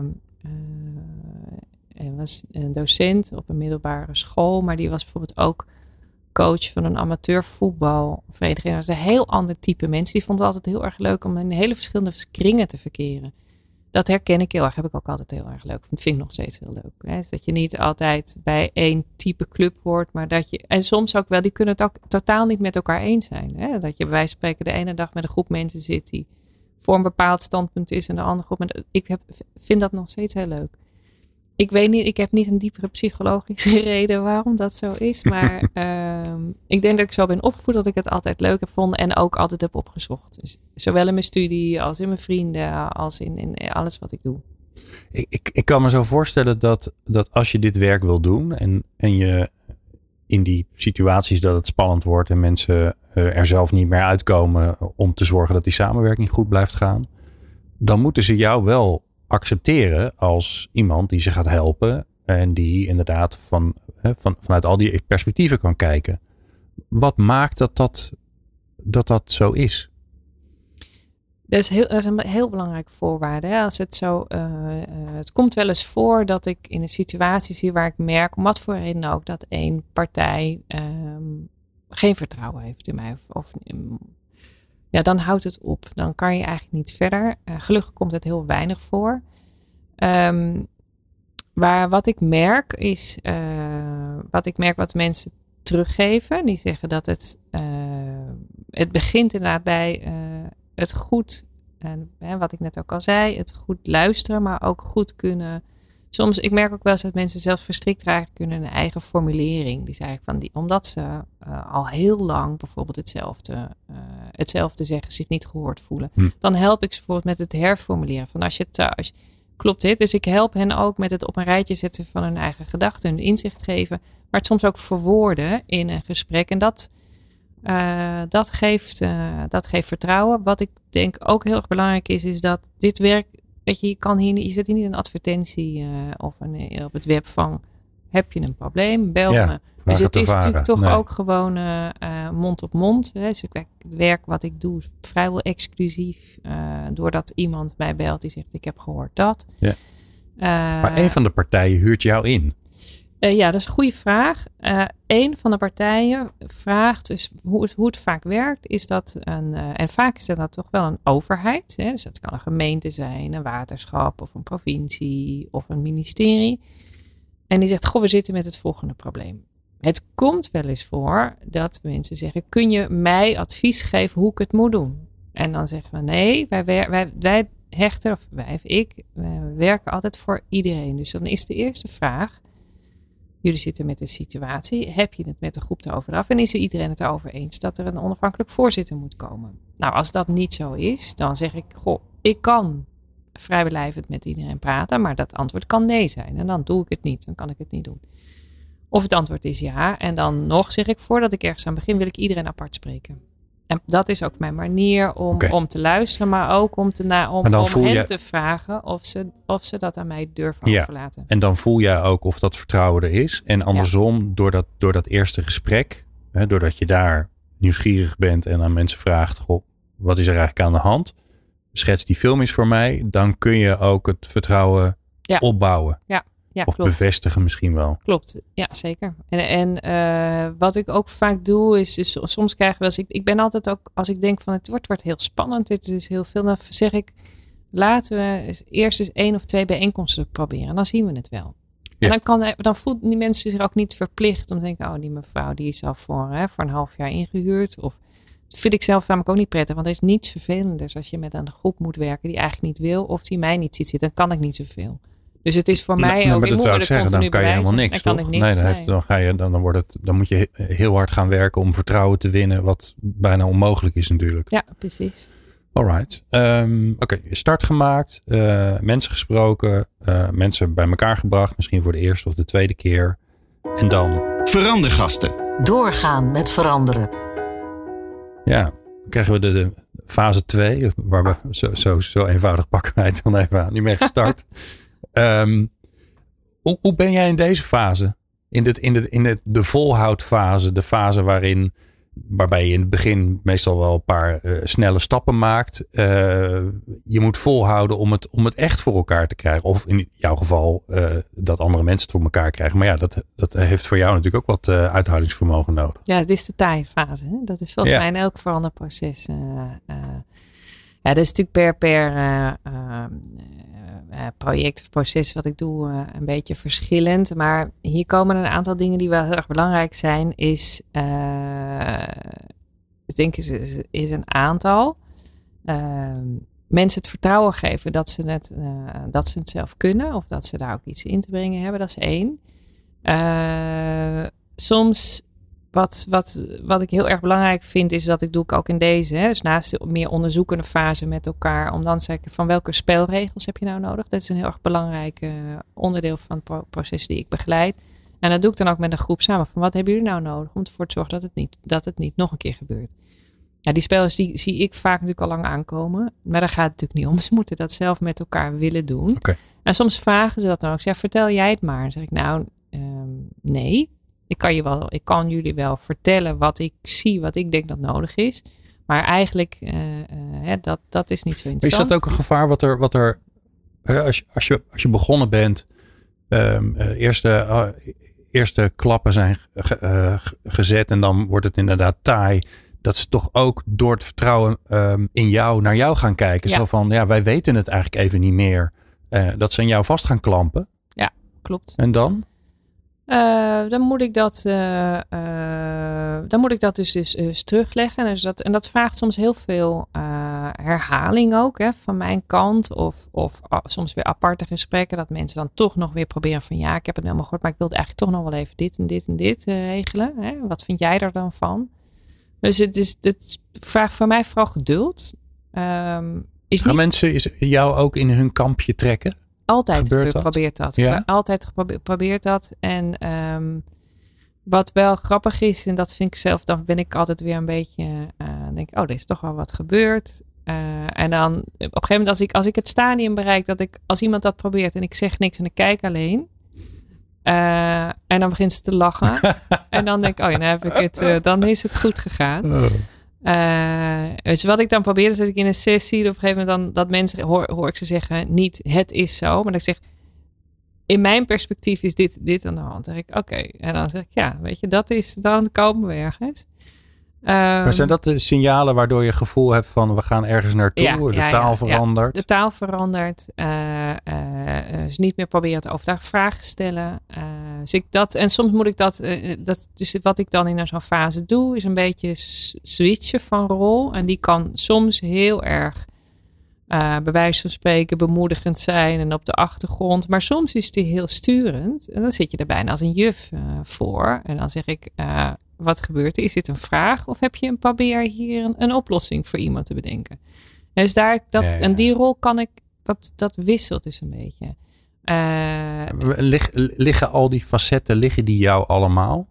S4: uh, was een docent op een middelbare school. Maar die was bijvoorbeeld ook coach van een amateurvoetbalvereniging. Dat was een heel ander type mensen. Die vonden het altijd heel erg leuk om in hele verschillende kringen te verkeren. Dat herken ik heel erg. Heb ik ook altijd heel erg leuk. Dat vind ik nog steeds heel leuk. Hè? Dus dat je niet altijd bij één type club hoort. Maar dat je, en soms ook wel, die kunnen het ook totaal niet met elkaar eens zijn. Hè? Dat je bij wijze van spreken de ene dag met een groep mensen zit die voor een bepaald standpunt is. En de andere groep. Maar ik heb, vind dat nog steeds heel leuk. Ik weet niet, ik heb niet een diepere psychologische reden waarom dat zo is. Maar um, ik denk dat ik zo ben opgevoed dat ik het altijd leuk heb gevonden. En ook altijd heb opgezocht. Dus zowel in mijn studie als in mijn vrienden. Als in, in alles wat ik doe.
S3: Ik, ik, ik kan me zo voorstellen dat, dat als je dit werk wil doen. En, en je in die situaties dat het spannend wordt. En mensen er zelf niet meer uitkomen om te zorgen dat die samenwerking goed blijft gaan. Dan moeten ze jou wel accepteren als iemand die ze gaat helpen en die inderdaad van, van, vanuit al die perspectieven kan kijken. Wat maakt dat dat, dat, dat zo is?
S4: Dat is, heel, dat is een heel belangrijke voorwaarde. Hè? Als het, zo, uh, uh, het komt wel eens voor dat ik in een situatie zie waar ik merk, om wat voor reden ook, dat één partij um, geen vertrouwen heeft in mij. Of, of um, Ja, dan houdt het op. Dan kan je eigenlijk niet verder. Uh, gelukkig komt het heel weinig voor. Um, waar wat ik merk is, uh, wat ik merk wat mensen teruggeven. Die zeggen dat het, uh, het begint inderdaad bij uh, het goed, en uh, wat ik net ook al zei, het goed luisteren, maar ook goed kunnen. Soms, ik merk ook wel eens dat mensen zelfs verstrikt raken kunnen in een eigen formulering. Die zeggen van die, omdat ze uh, al heel lang bijvoorbeeld hetzelfde, uh, hetzelfde zeggen, zich niet gehoord voelen. Hm. Dan help ik ze bijvoorbeeld met het herformuleren. Van als je het, als je, klopt dit? Dus ik help hen ook met het op een rijtje zetten van hun eigen gedachten, hun inzicht geven. Maar het soms ook verwoorden in een gesprek. En dat, uh, dat, geeft, uh, dat geeft vertrouwen. Wat ik denk ook heel erg belangrijk is, is dat dit werk. Weet je, je, kan hier, je zet hier niet een advertentie uh, of een, op het web van, heb je een probleem, bel ja, me. Dus het is varen. natuurlijk toch nee. ook gewoon uh, uh, mond op mond. Hè. Dus ik, het werk wat ik doe is vrijwel exclusief. Uh, doordat iemand mij belt die zegt, ik heb gehoord dat. Ja. Uh,
S3: maar een van de partijen huurt jou in.
S4: Uh, ja, dat is een goede vraag. Uh, een van de partijen vraagt dus hoe het, hoe het vaak werkt. Is dat een, uh, en vaak is dat toch wel een overheid. Hè? Dus dat kan een gemeente zijn, een waterschap of een provincie of een ministerie. En die zegt, goh, we zitten met het volgende probleem. Het komt wel eens voor dat mensen zeggen, kun je mij advies geven hoe ik het moet doen? En dan zeggen we, nee, wij, wij, wij hechten, of wij of ik, wij werken altijd voor iedereen. Dus dan is de eerste vraag, jullie zitten met een situatie. Heb je het met de groep erover af? En is er iedereen het erover eens dat er een onafhankelijk voorzitter moet komen? Nou, als dat niet zo is, dan zeg ik, goh, ik kan vrijblijvend met iedereen praten, maar dat antwoord kan nee zijn. En dan doe ik het niet. Dan kan ik het niet doen. Of het antwoord is ja. En dan nog zeg ik, voordat ik ergens aan begin, wil ik iedereen apart spreken. En dat is ook mijn manier om, okay. om te luisteren, maar ook om, te na, om, om hen je... te vragen of ze, of ze dat aan mij durven ja. overlaten.
S3: En dan voel jij ook of dat vertrouwen er is. En andersom, ja. door, dat, door dat eerste gesprek, hè, doordat je daar nieuwsgierig bent en aan mensen vraagt, goh, wat is er eigenlijk aan de hand? Schets die film eens voor mij. Dan kun je ook het vertrouwen ja. opbouwen. Ja. Ja, of klopt. Bevestigen misschien wel.
S4: Klopt, ja zeker. En, en uh, wat ik ook vaak doe is, is soms krijgen we als ik, ik ben altijd ook, als ik denk van het wordt, wordt heel spannend, het is heel veel, dan zeg ik, laten we eerst eens één of twee bijeenkomsten proberen. En dan zien we het wel. Ja. En dan, kan, dan voelen die mensen zich ook niet verplicht om te denken, oh die mevrouw die is al voor, hè, voor een half jaar ingehuurd. Of dat vind ik zelf namelijk ook niet prettig, want er is niets vervelenders als je met een groep moet werken die eigenlijk niet wil of die mij niet ziet zitten. Dan kan ik niet zoveel. Dus het is voor mij
S3: nou,
S4: ook, ik moet me
S3: zeggen, dan kan je helemaal niks,
S4: kan ik niks.
S3: Nee, dan, heeft, dan, ga je, dan, dan, wordt het, dan moet je heel hard gaan werken om vertrouwen te winnen, wat bijna onmogelijk is natuurlijk.
S4: Ja, precies.
S3: Alright. Um, Oké, okay. Start gemaakt, uh, mensen gesproken, uh, mensen bij elkaar gebracht, misschien voor de eerste of de tweede keer. En dan?
S1: Verandergasten.
S2: Doorgaan met veranderen.
S3: Ja, dan krijgen we de, de fase twee, waar we zo, zo, zo eenvoudig pakken wij het dan even aan. Nu ben gestart. Um, hoe, hoe ben jij in deze fase? In, dit, in, dit, in dit, de volhoudfase, de fase waarin waarbij je in het begin meestal wel een paar uh, snelle stappen maakt. Uh, je moet volhouden om het, om het echt voor elkaar te krijgen. Of in jouw geval uh, dat andere mensen het voor elkaar krijgen. Maar ja, dat, dat heeft voor jou natuurlijk ook wat uh, uithoudingsvermogen nodig.
S4: Ja, het is de taaie fase. Hè? Dat is volgens
S3: Ja.
S4: mij in elk veranderend proces. Uh, uh, ja, dat is natuurlijk per, per uh, uh, uh, project of proces wat ik doe uh, een beetje verschillend. Maar hier komen een aantal dingen die wel heel erg belangrijk zijn. Is, uh, ik denk is, is, is een aantal. Uh, mensen het vertrouwen geven dat ze het, uh, dat ze het zelf kunnen. Of dat ze daar ook iets in te brengen hebben. Dat is één. Uh, soms... Wat, wat, wat ik heel erg belangrijk vind is dat ik doe ik ook in deze. Hè, dus naast de meer onderzoekende fase met elkaar. Om dan te zeggen van welke spelregels heb je nou nodig. Dat is een heel erg belangrijk uh, onderdeel van het pro- proces die ik begeleid. En dat doe ik dan ook met een groep samen. Van wat hebben jullie nou nodig om ervoor te zorgen dat het niet, dat het niet nog een keer gebeurt. Ja, die spelers die zie ik vaak natuurlijk al lang aankomen. Maar daar gaat het natuurlijk niet om. Ze moeten dat zelf met elkaar willen doen.
S3: Okay.
S4: En soms vragen ze dat dan ook. Ja, vertel jij het maar. Dan zeg ik nou um, nee. Ik kan, je wel, ik kan jullie wel vertellen wat ik zie, wat ik denk dat nodig is. Maar eigenlijk, uh, uh, dat, dat is niet zo interessant.
S3: Is dat ook een gevaar wat er, wat er als, je, als, je, als je begonnen bent, um, uh, eerste, uh, eerste klappen zijn ge, uh, gezet en dan wordt het inderdaad taai. Dat ze toch ook door het vertrouwen um, in jou naar jou gaan kijken.
S4: Ja.
S3: Zo van, ja, wij weten het eigenlijk even niet meer. Uh, dat ze aan jou vast gaan klampen.
S4: Ja, klopt.
S3: En dan?
S4: Uh, dan moet ik dat, uh, uh, dan moet ik dat dus, dus, dus terugleggen. Dus dat, en dat vraagt soms heel veel uh, herhaling ook hè, van mijn kant. Of, of uh, soms weer aparte gesprekken. Dat mensen dan toch nog weer proberen van ja, ik heb het helemaal gehoord. Maar ik wilde eigenlijk toch nog wel even dit en dit en dit uh, regelen. Hè. Wat vind jij er dan van? Dus het, is, het vraagt voor mij vooral geduld. Um, is
S3: Gaan
S4: niet...
S3: mensen is, jou ook in hun kampje trekken?
S4: Altijd
S3: geprobeerd
S4: dat. dat.
S3: Ja?
S4: Altijd geprobeerd dat. En um, wat wel grappig is, en dat vind ik zelf, dan ben ik altijd weer een beetje, uh, denk ik, oh, er is toch wel wat gebeurd. Uh, en dan op een gegeven moment, als ik, als ik het stadium bereik, dat ik, als iemand dat probeert en ik zeg niks en ik kijk alleen. Uh, en dan begint ze te lachen. En dan denk ik, oh ja, dan heb ik het, uh, dan is het goed gegaan. Oh. Uh, dus wat ik dan probeer is dat ik in een sessie op een gegeven moment dan dat mensen hoor, hoor ik ze zeggen niet het is zo, maar dat ik zeg in mijn perspectief is dit dit aan de hand. Dan zeg ik oké okay. En dan zeg ik ja, weet je, dat is dan komen we ergens. Um,
S3: maar zijn dat de signalen waardoor je het gevoel hebt van we gaan ergens naartoe, ja, de ja, taal ja, verandert?
S4: Ja, de taal verandert. Uh, uh, dus niet meer proberen te overtuigen, vragen stellen. Uh, dus ik dat, en soms moet ik dat, uh, dat, dus wat ik dan in zo'n fase doe, is een beetje switchen van rol. En die kan soms heel erg, uh, bij wijze van spreken, bemoedigend zijn en op de achtergrond. Maar soms is die heel sturend. En dan zit je er bijna als een juf uh, voor. En dan zeg ik, uh, wat gebeurt er? Is dit een vraag? Of heb je een probeer hier een, een oplossing voor iemand te bedenken? Dus daar, dat, ja, ja. En die rol kan ik, dat, dat wisselt dus een beetje. Uh,
S3: Lig, liggen al die facetten, liggen die jou allemaal?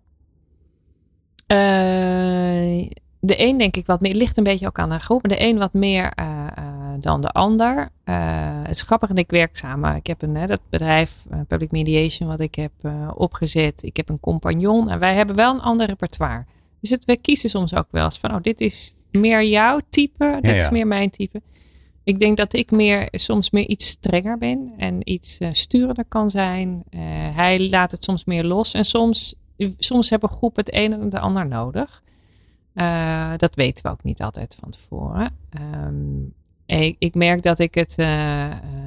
S4: Uh, de een denk ik wat meer, ligt een beetje ook aan de groep. De een wat meer uh, uh, dan de ander. Uh, het is grappig en ik werk samen. Ik heb een, hè, dat bedrijf uh, Public Mediation wat ik heb uh, opgezet. Ik heb een compagnon en wij hebben wel een ander repertoire. Dus het, we kiezen soms ook wel eens van, oh, dit is meer jouw type, dit ja, ja. is meer mijn type. Ik denk dat ik meer, soms meer iets strenger ben en iets uh, sturender kan zijn. Uh, hij laat het soms meer los en soms, soms hebben groepen het een en het ander nodig. Uh, dat weten we ook niet altijd van tevoren. Um, ik, ik merk dat ik het, uh, uh,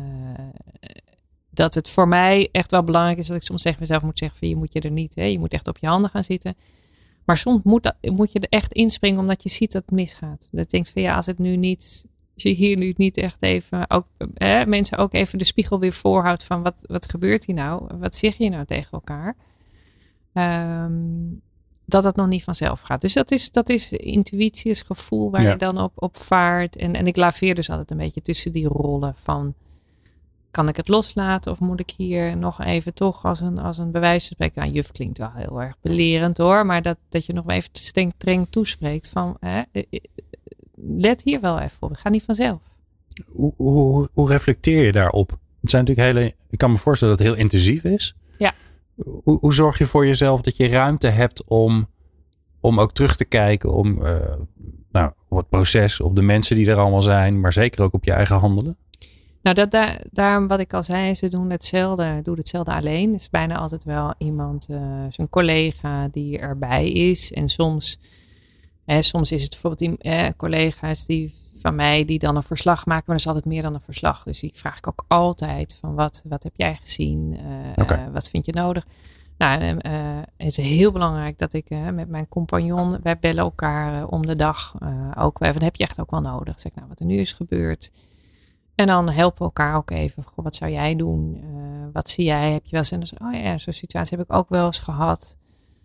S4: dat het voor mij echt wel belangrijk is dat ik soms tegen mezelf moet zeggen van je moet je er niet, hè, je moet echt op je handen gaan zitten. Maar soms moet, dat, moet je er echt inspringen omdat je ziet dat het misgaat. Dat je denkt van ja, als het nu niet, als je hier nu niet echt even, ook, hè, mensen ook even de spiegel weer voorhoudt van wat, wat gebeurt hier nou? Wat zeg je nou tegen elkaar? Um, dat het nog niet vanzelf gaat. Dus dat is, dat is intuïtie, is gevoel waar ja. je dan op, op vaart. En, en ik laveer dus altijd een beetje tussen die rollen van kan ik het loslaten of moet ik hier nog even toch als een, als een bewijs spreken. Nou, juf klinkt wel heel erg belerend hoor, maar dat, dat je nog even streng toespreekt van hè, let hier wel even op, het gaat niet vanzelf.
S3: Hoe, hoe, hoe reflecteer je daarop? Het zijn natuurlijk hele, ik kan me voorstellen dat het heel intensief is.
S4: Ja.
S3: Hoe, hoe zorg je voor jezelf dat je ruimte hebt om, om ook terug te kijken om, uh, nou, op het proces, op de mensen die er allemaal zijn, maar zeker ook op je eigen handelen?
S4: Nou, dat, daar, daarom wat ik al zei, ze doen hetzelfde, doen hetzelfde alleen. Er is bijna altijd wel iemand, uh, zijn collega die erbij is. En soms, hè, soms is het bijvoorbeeld die, eh, collega's die van mij die dan een verslag maken, maar dat is altijd meer dan een verslag. Dus die vraag ik ook altijd van wat, wat heb jij gezien? Uh, okay. uh, wat vind je nodig? Nou, uh, het is heel belangrijk dat ik uh, met mijn compagnon, wij bellen elkaar uh, om de dag uh, ook. Wat heb je echt ook wel nodig? Zeg ik, nou, wat er nu is gebeurd. En dan helpen we elkaar ook even. Goh, wat zou jij doen? Uh, wat zie jij? Heb je wel eens? En dus, oh ja, zo'n situatie heb ik ook wel eens gehad.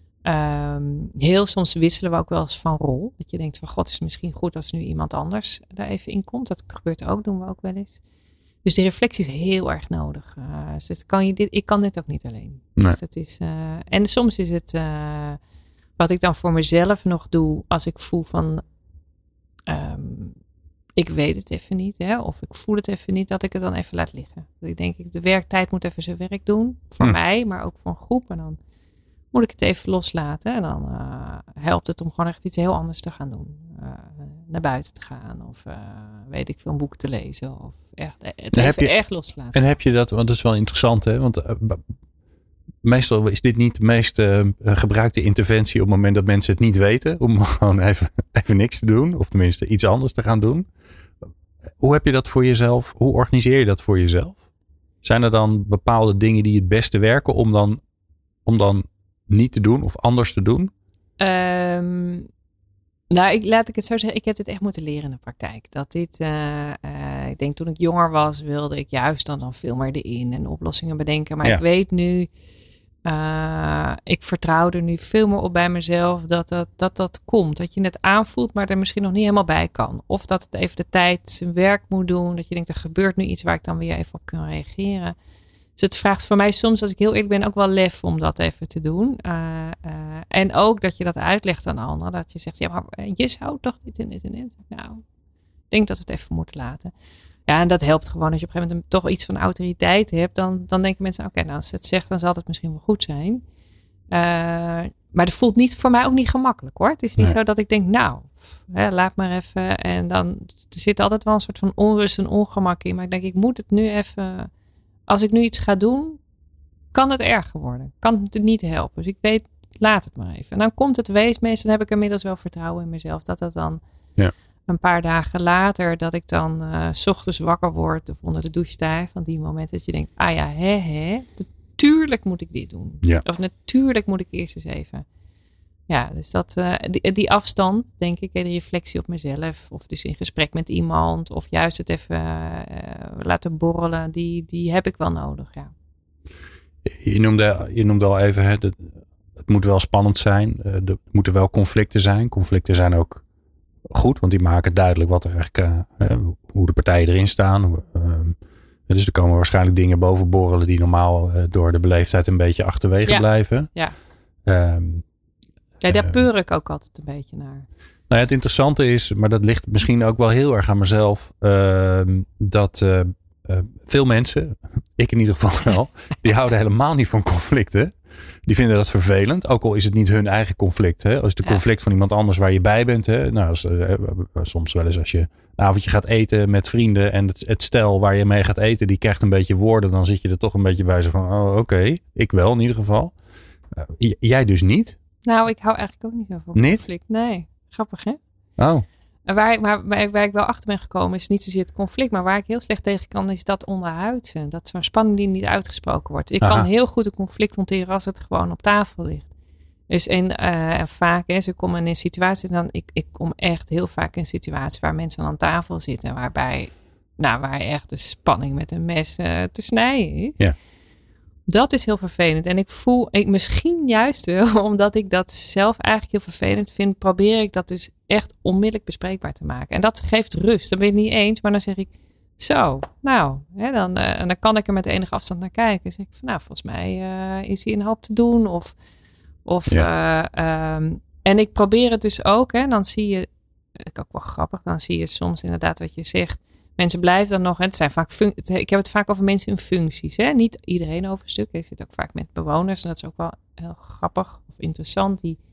S4: Um, heel soms wisselen we ook wel eens van rol. Dat je denkt van god, is het misschien goed als nu iemand anders daar even in komt. Dat gebeurt ook, doen we ook wel eens. Dus die reflectie is heel erg nodig. Uh, dus kan je dit, ik kan dit ook niet alleen.
S3: Nee.
S4: Dus dat is, uh, en soms is het uh, wat ik dan voor mezelf nog doe als ik voel van um, ik weet het even niet, hè, of ik voel het even niet, dat ik het dan even laat liggen. Dat ik denk, de werktijd moet even zijn werk doen. Voor hm. mij, maar ook voor een groep. En dan moet ik het even loslaten. En dan uh, helpt het om gewoon echt iets heel anders te gaan doen. Uh, naar buiten te gaan. Of uh, weet ik veel, een boek te lezen. Of echt, het
S3: en
S4: even
S3: je,
S4: echt loslaten.
S3: En heb je dat, want dat is wel interessant, hè? Want uh, meestal is dit niet de meest uh, gebruikte interventie op het moment dat mensen het niet weten. Om gewoon even, even niks te doen. Of tenminste iets anders te gaan doen. Hoe heb je dat voor jezelf? Hoe organiseer je dat voor jezelf? Zijn er dan bepaalde dingen die het beste werken om dan, om dan niet te doen of anders te doen?
S4: Um, nou, ik, laat ik het zo zeggen. Ik heb dit echt moeten leren in de praktijk. Dat dit, uh, uh, ik denk toen ik jonger was, wilde ik juist dan, dan veel meer erin en oplossingen bedenken. Maar ja. ik weet nu, uh, ik vertrouw er nu veel meer op bij mezelf dat dat, dat dat komt. Dat je het aanvoelt, maar er misschien nog niet helemaal bij kan. Of dat het even de tijd zijn werk moet doen. Dat je denkt, er gebeurt nu iets waar ik dan weer even op kan reageren. Dus het vraagt voor mij soms, als ik heel eerlijk ben, ook wel lef om dat even te doen. Uh, uh, en ook dat je dat uitlegt aan anderen. Dat je zegt, ja, maar je zou toch dit en dit en dit. Nou, ik denk dat we het even moeten laten. Ja, en dat helpt gewoon. Als je op een gegeven moment toch iets van autoriteit hebt, dan, dan denken mensen, oké, okay, nou, als ze het zegt, dan zal het misschien wel goed zijn. Uh, maar dat voelt niet voor mij ook niet gemakkelijk, hoor. Het is niet nee. zo dat ik denk, nou, hè, laat maar even. En dan er zit altijd wel een soort van onrust en ongemak in. Maar ik denk, ik moet het nu even. Als ik nu iets ga doen, kan het erger worden. Kan het niet helpen. Dus ik weet, laat het maar even. En dan komt het wees. Meestal heb ik inmiddels wel vertrouwen in mezelf. Dat het dan ja. een paar dagen later, dat ik dan uh, 's ochtends wakker word of onder de douche sta. Van die moment dat je denkt, ah ja, hè, hè. Natuurlijk moet ik dit doen.
S3: Ja.
S4: Of natuurlijk moet ik eerst eens even. Ja, dus dat, uh, die, die afstand, denk ik, en de reflectie op mezelf. Of dus in gesprek met iemand. Of juist het even uh, laten borrelen. Die, die heb ik wel nodig, ja.
S3: Je noemde, je noemde al even, hè, de, het moet wel spannend zijn. Uh, er moeten wel conflicten zijn. Conflicten zijn ook goed, want die maken duidelijk wat er eigenlijk, uh, hoe de partijen erin staan. Uh, dus er komen waarschijnlijk dingen boven borrelen die normaal uh, door de beleefdheid een beetje achterwege
S4: ja.
S3: blijven.
S4: Ja.
S3: Um,
S4: Ja, daar peur ik ook altijd een beetje naar.
S3: Nou ja, het interessante is, maar dat ligt misschien ook wel heel erg aan mezelf, uh, dat uh, uh, veel mensen, ik in ieder geval wel, die houden helemaal niet van conflicten. Die vinden dat vervelend, ook al is het niet hun eigen conflict. Hè? Als het een ja. conflict van iemand anders waar je bij bent. Hè? Nou, als, uh, soms wel eens als je een avondje gaat eten met vrienden en het, het stel waar je mee gaat eten, die krijgt een beetje woorden, dan zit je er toch een beetje bij zo van, oh oké, okay, ik wel in ieder geval. Uh, j- jij dus niet?
S4: Nou, ik hou eigenlijk ook niet zo van
S3: niet?
S4: conflict. Nee, grappig hè?
S3: Oh.
S4: En waar, ik, maar, waar, waar ik wel achter ben gekomen is niet zozeer het conflict. Maar waar ik heel slecht tegen kan is dat onderhuidse. Dat zo'n spanning die niet uitgesproken wordt. Ik Aha. kan heel goed een conflict hanteren als het gewoon op tafel ligt. Dus en, uh, en vaak, hè, ze komen in situaties. Dan, ik, ik kom echt heel vaak in situaties waar mensen aan tafel zitten. Waarbij, nou, waar echt de spanning met een mes uh, te snijden is.
S3: Ja.
S4: Dat is heel vervelend. En ik voel, ik, misschien juist wel, omdat ik dat zelf eigenlijk heel vervelend vind, probeer ik dat dus echt onmiddellijk bespreekbaar te maken. En dat geeft rust. Dan ben je het niet eens, maar dan zeg ik, zo, nou, hè, dan, uh, en dan kan ik er met enige afstand naar kijken. Dan zeg ik van, nou, volgens mij uh, is hier een hoop te doen. Of, of ja. uh, um, en ik probeer het dus ook, hè, dan zie je, ik ook wel grappig, dan zie je soms inderdaad wat je zegt. Mensen blijven dan nog, het zijn vaak fun- ik heb het vaak over mensen in functies. Hè? Niet iedereen over stuk. Ik zit ook vaak met bewoners en dat is ook wel heel grappig of interessant. Die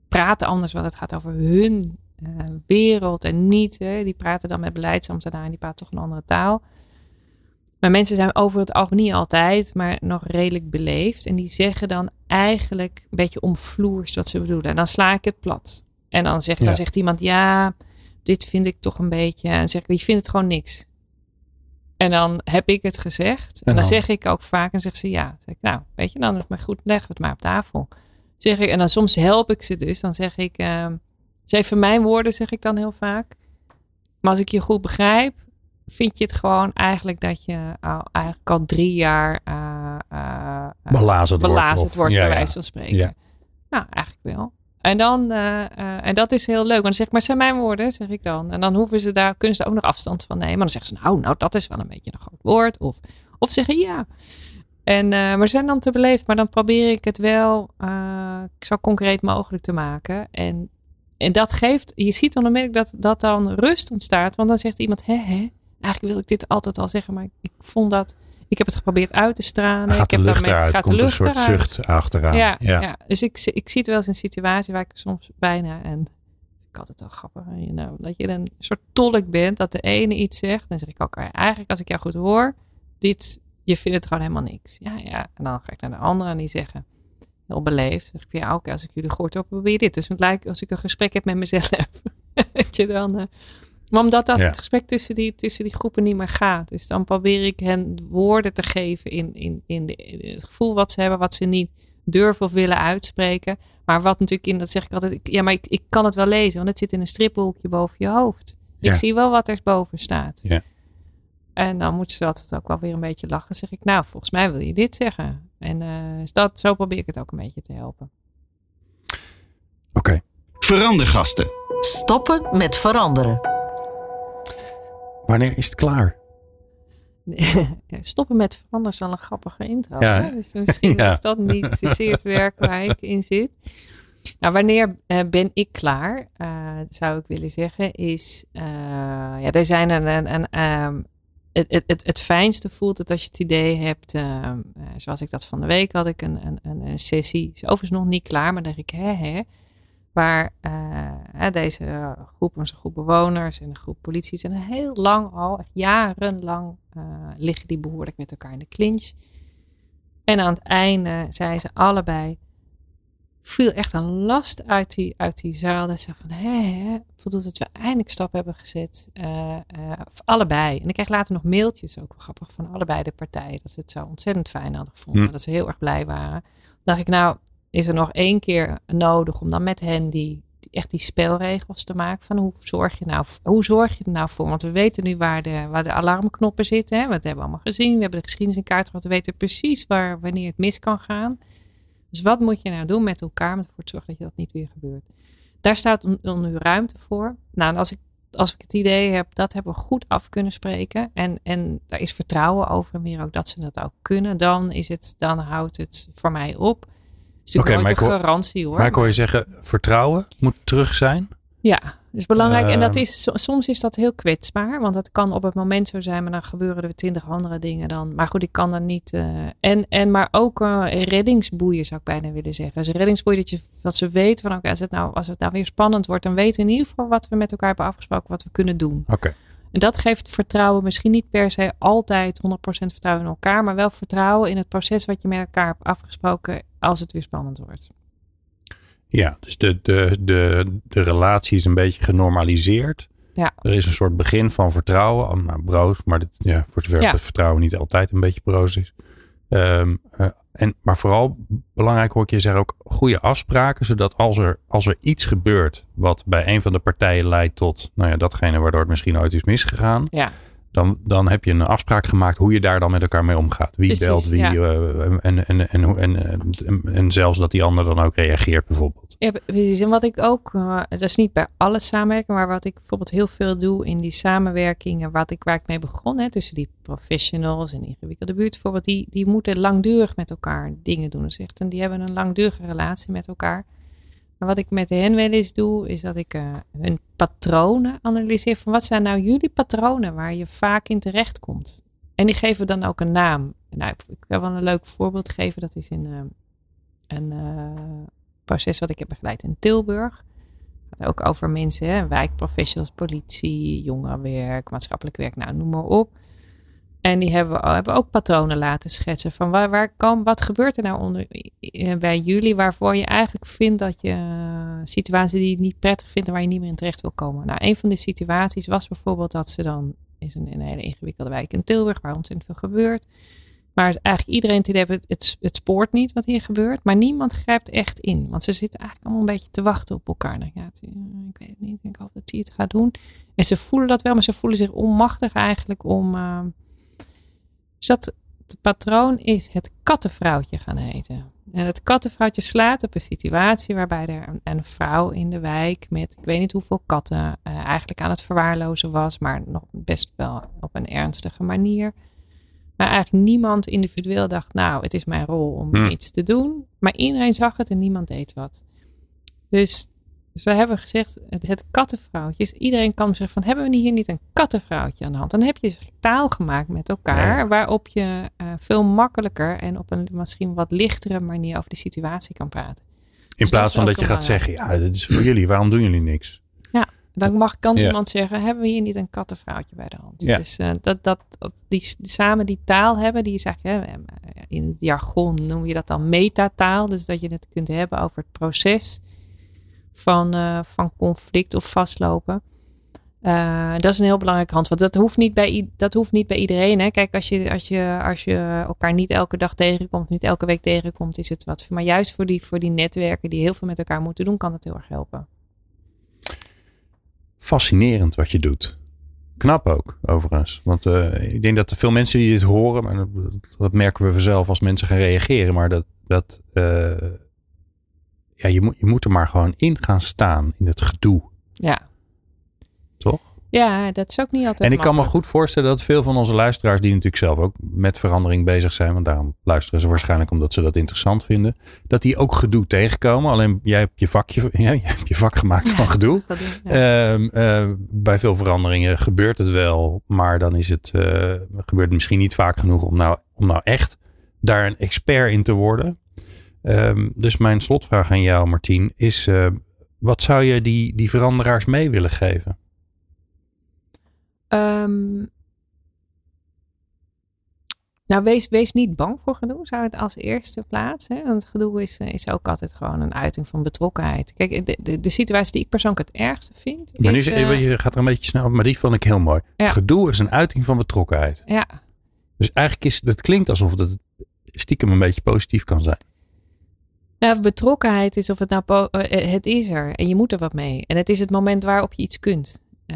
S4: praten anders, want het gaat over hun uh, wereld en niet. Hè. Die praten dan met beleidsambtenaren en die praten toch een andere taal. Maar mensen zijn over het algemeen niet altijd, maar nog redelijk beleefd. En die zeggen dan eigenlijk een beetje omvloers wat ze bedoelen. En dan sla ik het plat. En dan, zeg, ja. dan zegt iemand, ja, dit vind ik toch een beetje. En dan zeg ik, je vindt het gewoon niks. En dan heb ik het gezegd. En, en dan, dan zeg ik ook vaak en zegt ze ja. Dan zeg ik, nou, weet je, dan is het maar goed, leggen we het maar op tafel. Zeg ik, en dan soms help ik ze dus. Dan zeg ik, uh, zeg even mijn woorden, zeg ik dan heel vaak. Maar als ik je goed begrijp, vind je het gewoon eigenlijk dat je al, eigenlijk al drie jaar uh, uh,
S3: belazerd,
S4: belazerd
S3: wordt,
S4: wordt,
S3: ja,
S4: bij
S3: ja.
S4: wijze van spreken. Ja. Nou, eigenlijk wel. En dan, uh, uh, en dat is heel leuk. Want dan zeg ik, maar zijn mijn woorden, zeg ik dan. En dan hoeven ze daar, kunnen ze ook nog afstand van nemen. Maar dan zeggen ze, nou, nou, dat is wel een beetje een groot woord. Of, of zeggen ja. En, uh, maar ze zijn dan te beleefd. Maar dan probeer ik het wel uh, zo concreet mogelijk te maken. En, en dat geeft, je ziet dan onmiddellijk dat, dat dan rust ontstaat. Want dan zegt iemand, hè, hè. Eigenlijk wil ik dit altijd al zeggen. Maar ik, ik vond dat, ik heb het geprobeerd uit te stralen.
S3: Gaat
S4: ik heb
S3: de lucht
S4: daarmee,
S3: eruit,
S4: gaat
S3: komt
S4: de lucht
S3: een soort
S4: eruit.
S3: zucht achteraan.
S4: Ja,
S3: ja.
S4: ja. Dus ik, ik zie het wel eens in een situatie waar ik soms bijna, en ik had het wel grappig, you know, dat je een soort tolk bent, dat de ene iets zegt. Dan zeg ik ook, okay, eigenlijk als ik jou goed hoor, dit, je vindt het gewoon helemaal niks. Ja, ja. En dan ga ik naar de andere en die zeggen, heel beleefd, zeg ik, ja, oké, okay, als ik jullie gehoord heb, probeer je dit. Dus het lijkt als ik een gesprek heb met mezelf, weet je dan... Uh, Maar omdat dat ja. het gesprek tussen die, tussen die groepen niet meer gaat. Dus dan probeer ik hen woorden te geven in, in, in, de, in het gevoel wat ze hebben. Wat ze niet durven of willen uitspreken. Maar wat natuurlijk in, dat zeg ik altijd. Ik, ja, maar ik, ik kan het wel lezen. Want het zit in een stripboekje boven je hoofd. Ja. Ik zie wel wat er boven staat. Ja. En dan moeten ze altijd ook wel weer een beetje lachen. Dan zeg ik, nou, volgens mij wil je dit zeggen. En uh, dus dat, zo probeer ik het ook een beetje te helpen.
S3: Oké. Okay.
S1: Verandergasten.
S2: Stoppen met veranderen.
S3: Wanneer is het klaar?
S4: Stoppen met veranderen is wel een grappige intro.
S3: Ja,
S4: hè? Dus misschien ja. is dat niet zozeer het werk waar ik in zit. Nou, wanneer uh, ben ik klaar? Uh, zou ik willen zeggen is... Uh, ja, er zijn een... een, een um, het, het, het fijnste voelt het als je het idee hebt... Uh, uh, zoals ik dat van de week had ik een, een, een, een sessie. Is overigens nog niet klaar, maar dan denk ik... Hè, hè, waar uh, deze groep, onze groep bewoners en een groep politie zijn heel lang al, echt jarenlang uh, liggen die behoorlijk met elkaar in de clinch. En aan het einde zeiden ze allebei, viel echt een last uit die, uit die zaal. Dat ze van, hé, hé, voldoet dat we eindelijk stap hebben gezet. Uh, uh, allebei. En ik kreeg later nog mailtjes, ook wel grappig, van allebei de partijen. Dat ze het zo ontzettend fijn hadden gevonden. Hm. Dat ze heel erg blij waren. Dan dacht ik, nou, is er nog één keer nodig om dan met hen die, die echt die spelregels te maken. Van hoe zorg je nou, hoe zorg je er nou voor? Want we weten nu waar de, waar de alarmknoppen zitten. Hè? Dat hebben we allemaal gezien. We hebben de geschiedenis in kaart gehad. We weten precies waar, wanneer het mis kan gaan. Dus wat moet je nou doen met elkaar om ervoor te zorgen dat je dat niet weer gebeurt? Daar staat nu ruimte voor. Nou, en als ik, als ik het idee heb, dat hebben we goed af kunnen spreken. En, en daar is vertrouwen over en meer ook dat ze dat ook kunnen. Dan, is het, dan houdt het voor mij op. Dus ik okay, nooit een garantie hoor.
S3: Maar ik hoor je zeggen, vertrouwen moet terug zijn?
S4: Ja, dat is belangrijk. Uh, en dat is, soms is dat heel kwetsbaar. Want dat kan op het moment zo zijn. Maar dan gebeuren er twintig andere dingen dan. Maar goed, ik kan dan niet. Uh, en, en maar ook uh, reddingsboeien zou ik bijna willen zeggen. Dus reddingsboeien dat, je, dat ze weten van. Okay, als, het nou, als het nou weer spannend wordt. Dan weten we in ieder geval wat we met elkaar hebben afgesproken. Wat we kunnen doen.
S3: Oké. Okay.
S4: En dat geeft vertrouwen. Misschien niet per se altijd honderd procent vertrouwen in elkaar. Maar wel vertrouwen in het proces wat je met elkaar hebt afgesproken. Als het weer spannend wordt.
S3: Ja, dus de, de, de, de relatie is een beetje genormaliseerd.
S4: Ja.
S3: Er is een soort begin van vertrouwen. Nou, broos, maar dit, ja, voor zover ja. het vertrouwen niet altijd een beetje broos is. Um, uh, en, maar vooral belangrijk hoor ik je zeggen ook goede afspraken. Zodat als er, als er iets gebeurt wat bij een van de partijen leidt tot nou ja, datgene waardoor het misschien ooit is misgegaan.
S4: Ja.
S3: Dan, dan heb je een afspraak gemaakt hoe je daar dan met elkaar mee omgaat. Wie Precies, belt wie. Ja. Uh, en, en, en, en, en, en, en zelfs dat die ander dan ook reageert bijvoorbeeld.
S4: Ja, precies. En wat ik ook, uh, dat is niet bij alle samenwerkingen. Maar wat ik bijvoorbeeld heel veel doe in die samenwerkingen. Wat ik, waar ik mee begon. Hè, tussen die professionals en ingewikkelde buurt. Bijvoorbeeld die, die moeten langdurig met elkaar dingen doen. Dus echt, en die hebben een langdurige relatie met elkaar. Maar wat ik met hen wel eens doe, is dat ik uh, hun patronen analyseer. Van wat zijn nou jullie patronen waar je vaak in terecht komt? En die geven dan ook een naam. Nou, ik wil wel een leuk voorbeeld geven. Dat is in uh, een, uh, proces wat ik heb begeleid in Tilburg. Het gaat ook over mensen, hè, wijkprofessionals, politie, jongerenwerk, maatschappelijk werk, nou noem maar op. En die hebben, hebben ook patronen laten schetsen van waar, waar kan, wat gebeurt er nou onder, bij jullie waarvoor je eigenlijk vindt dat je uh, situatie die je niet prettig vindt en waar je niet meer in terecht wil komen. Nou, een van die situaties was bijvoorbeeld dat ze dan, is een, een hele ingewikkelde wijk in Tilburg waar ontzettend veel gebeurt. Maar eigenlijk iedereen te hebben, het, het spoort niet wat hier gebeurt, maar niemand grijpt echt in. Want ze zitten eigenlijk allemaal een beetje te wachten op elkaar. Dan, ja, het, ik weet het niet, ik hoop dat hij het gaat doen. En ze voelen dat wel, maar ze voelen zich onmachtig eigenlijk om... Uh, Dus dat het patroon is het kattenvrouwtje gaan heten. En het kattenvrouwtje slaat op een situatie waarbij er een, een vrouw in de wijk met ik weet niet hoeveel katten uh, eigenlijk aan het verwaarlozen was, maar nog best wel op een ernstige manier. Maar eigenlijk niemand individueel dacht, nou, het is mijn rol om hmm. iets te doen. Maar iedereen zag het en niemand deed wat. Dus... Dus we hebben gezegd, het, het kattenvrouwtje. Dus iedereen kan zeggen van, hebben we hier niet een kattenvrouwtje aan de hand? Dan heb je taal gemaakt met elkaar, ja. waarop je uh, veel makkelijker en op een misschien wat lichtere manier over de situatie kan praten.
S3: In
S4: dus
S3: plaats van dat je gaat zeggen, ja, dit is voor jullie, waarom doen jullie niks?
S4: Ja, dan mag, kan
S3: ja.
S4: iemand zeggen, hebben we hier niet een kattenvrouwtje bij de hand?
S3: Ja.
S4: Dus uh, dat, dat, dat die, die samen die taal hebben, die zeg je, in het jargon noem je dat dan metataal. Dus dat je het kunt hebben over het proces Van, uh, van conflict of vastlopen. Uh, dat is een heel belangrijk handvat. Dat hoeft niet bij, dat hoeft niet bij iedereen. Hè. Kijk, als je, als, je, als je elkaar niet elke dag tegenkomt, niet elke week tegenkomt, is het wat. Maar juist voor die, voor die netwerken die heel veel met elkaar moeten doen, kan dat heel erg helpen.
S3: Fascinerend wat je doet. Knap ook, overigens. Want uh, ik denk dat er veel mensen die dit horen, maar dat, dat merken we vanzelf als mensen gaan reageren, maar dat... dat uh, Ja, je moet, je moet er maar gewoon in gaan staan in het gedoe.
S4: Ja.
S3: Toch?
S4: Ja, dat is ook niet altijd
S3: En ik kan
S4: makkelijk.
S3: me goed voorstellen dat veel van onze luisteraars, die natuurlijk zelf ook met verandering bezig zijn, want daarom luisteren ze waarschijnlijk omdat ze dat interessant vinden, dat die ook gedoe tegenkomen. Alleen jij hebt je vakje, ja, jij hebt je vak gemaakt van gedoe. Ja. Uh, uh, bij veel veranderingen gebeurt het wel, maar dan is het, uh, gebeurt het misschien niet vaak genoeg om nou, om nou echt daar een expert in te worden. Um, dus mijn slotvraag aan jou, Martien, is uh, wat zou je die, die veranderaars mee willen geven?
S4: Um, nou, wees, wees niet bang voor gedoe, zou het als eerste plaats. Hè? Want gedoe is, is ook altijd gewoon een uiting van betrokkenheid. Kijk, de, de, de situatie die ik persoonlijk het ergste vind.
S3: Maar nu,
S4: is, uh,
S3: je gaat er een beetje snel, maar die vond ik heel mooi. Ja. Gedoe is een uiting van betrokkenheid.
S4: Ja.
S3: Dus eigenlijk is het klinkt alsof het stiekem een beetje positief kan zijn.
S4: Nou, betrokkenheid is of het nou, po- het is er en je moet er wat mee. En het is het moment waarop je iets kunt. Uh,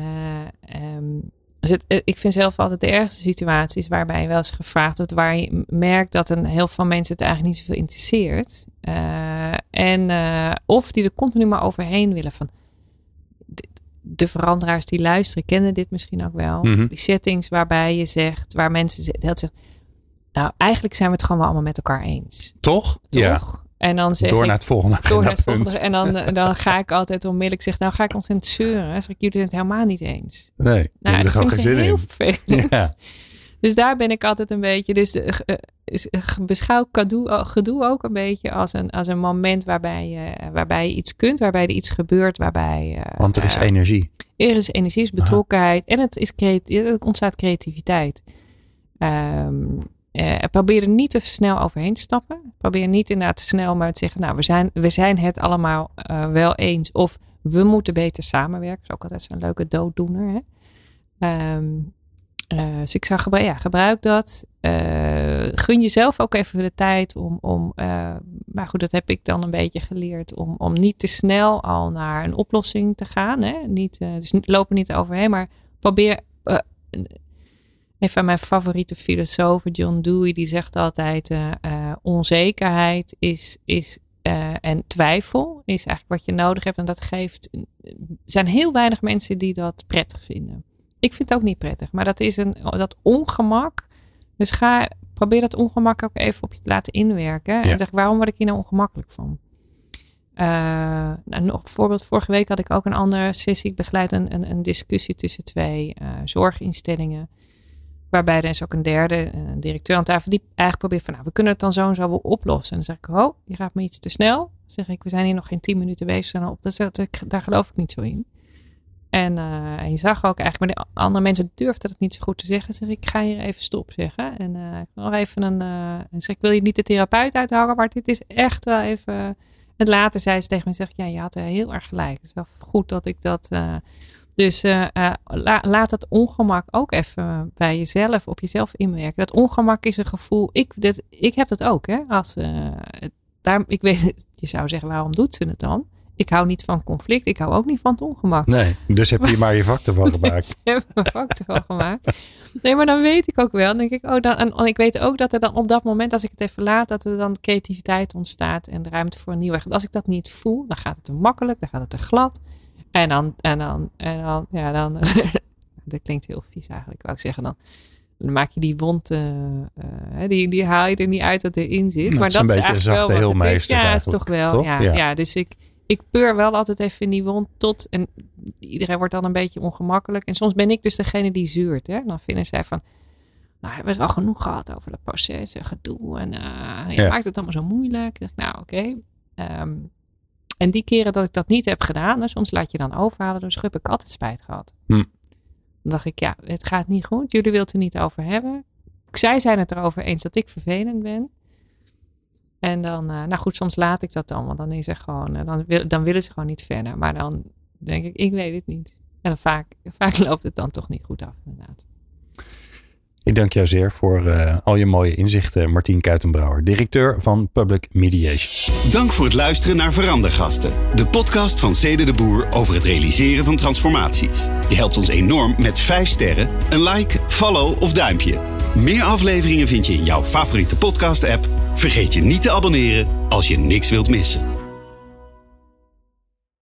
S4: um, dus het, ik vind zelf altijd de ergste situaties waarbij je wel eens gevraagd wordt, waar je merkt dat een heel veel mensen het eigenlijk niet zoveel interesseert. Uh, en uh, of die er continu maar overheen willen van. De, de veranderaars die luisteren kennen dit misschien ook wel. Mm-hmm. Die settings waarbij je zegt, waar mensen zeggen, nou eigenlijk zijn we het gewoon wel allemaal met elkaar eens.
S3: Toch?
S4: Toch?
S3: Ja.
S4: En dan zeg
S3: door
S4: ik,
S3: naar het volgende.
S4: Door naar het volgende. En dan, dan ga ik altijd onmiddellijk zeggen, nou ga ik ontzettend zeuren. Dan zeg ik, jullie zijn het helemaal niet eens.
S3: Nee,
S4: nou, dat vind ik heel
S3: in.
S4: vervelend.
S3: Ja.
S4: Dus daar ben ik altijd een beetje, dus uh, uh, beschouw gedoe, gedoe ook een beetje als een, als een moment waarbij je, waarbij je iets kunt, waarbij er iets gebeurt, waarbij... Uh,
S3: Want er is uh, energie.
S4: Er is energie, is betrokkenheid Aha. en het is creatie, er ontstaat creativiteit. Um, Uh, probeer er niet te snel overheen te stappen. Probeer niet inderdaad te snel maar te zeggen, nou, we zijn, we zijn het allemaal uh, wel eens. Of we moeten beter samenwerken. Dat is ook altijd zo'n leuke dooddoener. Hè? Um, uh, dus ik zou gebruik, ja, gebruik dat. Uh, gun jezelf ook even de tijd om, om uh, maar goed, dat heb ik dan een beetje geleerd, om, om niet te snel al naar een oplossing te gaan. Hè? Niet, uh, dus loop er niet overheen, maar probeer... Uh, Een van mijn favoriete filosofen, John Dewey, die zegt altijd uh, uh, onzekerheid is, is, uh, en twijfel is eigenlijk wat je nodig hebt. En dat geeft, er zijn heel weinig mensen die dat prettig vinden. Ik vind het ook niet prettig, maar dat is een, dat ongemak. Dus ga, probeer dat ongemak ook even op je te laten inwerken. Ja. En zeg, waarom word ik hier nou ongemakkelijk van? Uh, nou, nog een voorbeeld, vorige week had ik ook een andere sessie. Ik begeleid een, een, een discussie tussen twee uh, zorginstellingen. Waarbij er is ook een derde, een directeur aan tafel, die eigenlijk probeert van, nou, we kunnen het dan zo en zo wel oplossen. En dan zeg ik, oh, je gaat me iets te snel. Zeg ik, we zijn hier nog geen tien minuten bezig. En op. Dus dat, daar geloof ik niet zo in. En, uh, en je zag ook eigenlijk, maar de andere mensen durfden het niet zo goed te zeggen. Zeg ik, ik ga hier even stop zeggen. En uh, ik nog even een, uh, en zeg ik, wil je niet de therapeut uithangen? Maar dit is echt wel even. En later zei ze tegen mij, zeg ik, ja, je had er heel erg gelijk. Het is wel goed dat ik dat. Uh, dus uh, uh, la, laat het ongemak ook even bij jezelf, op jezelf inwerken. Dat ongemak is een gevoel. Ik, dit, ik heb dat ook, hè? Als uh, daar, ik weet, je zou zeggen, waarom doet ze het dan? Ik hou niet van conflict. Ik hou ook niet van het ongemak.
S3: Nee, dus heb je maar je vak ervan gemaakt.
S4: Dus heb ik mijn vak ervan gemaakt. Nee, maar dan weet ik ook wel. Dan denk ik, oh, dan, en ik weet ook dat er dan op dat moment, als ik het even laat, dat er dan creativiteit ontstaat en de ruimte voor een nieuwe. Want als ik dat niet voel, dan gaat het te makkelijk, dan gaat het te glad. En dan, en dan, en dan, ja, dan. Dat klinkt heel vies eigenlijk, wou ik zeggen dan. Dan maak je die wond, uh, uh, die, die haal je er niet uit dat erin zit.
S3: Nou,
S4: maar dat is eigenlijk wel wat het is. Ja, het is toch wel.
S3: Toch?
S4: Ja,
S3: Ja.
S4: ja, dus ik. Ik peur wel altijd even in die wond tot. En iedereen wordt dan een beetje ongemakkelijk. En soms ben ik dus degene die zuurt. Hè? Dan vinden zij van. Nou, hebben we het al genoeg gehad over het proces en gedoe. En uh, je
S3: ja.
S4: maakt het allemaal zo moeilijk. Ik dacht, nou, oké. Okay. Um, en die keren dat ik dat niet heb gedaan. Dus soms laat je dan overhalen. Dus heb ik altijd spijt gehad.
S3: Hm.
S4: Dan dacht ik, ja, het gaat niet goed. Jullie willen het er niet over hebben. Zij zijn het erover eens dat ik vervelend ben. En dan, uh, nou goed, soms laat ik dat dan. Want dan is er gewoon, uh, dan, wil, dan willen ze gewoon niet verder. Maar dan denk ik, ik weet het niet. En dan vaak, vaak loopt het dan toch niet goed af, inderdaad.
S3: Ik dank jou zeer voor uh, al je mooie inzichten, Martien Kuitenbrouwer, directeur van Public Mediation.
S1: Dank voor het luisteren naar Verandergasten, de podcast van Cede de Boer over het realiseren van transformaties. Je helpt ons enorm met vijf sterren, een like, follow of duimpje. Meer afleveringen vind je in jouw favoriete podcast-app. Vergeet je niet te abonneren als je niks wilt missen.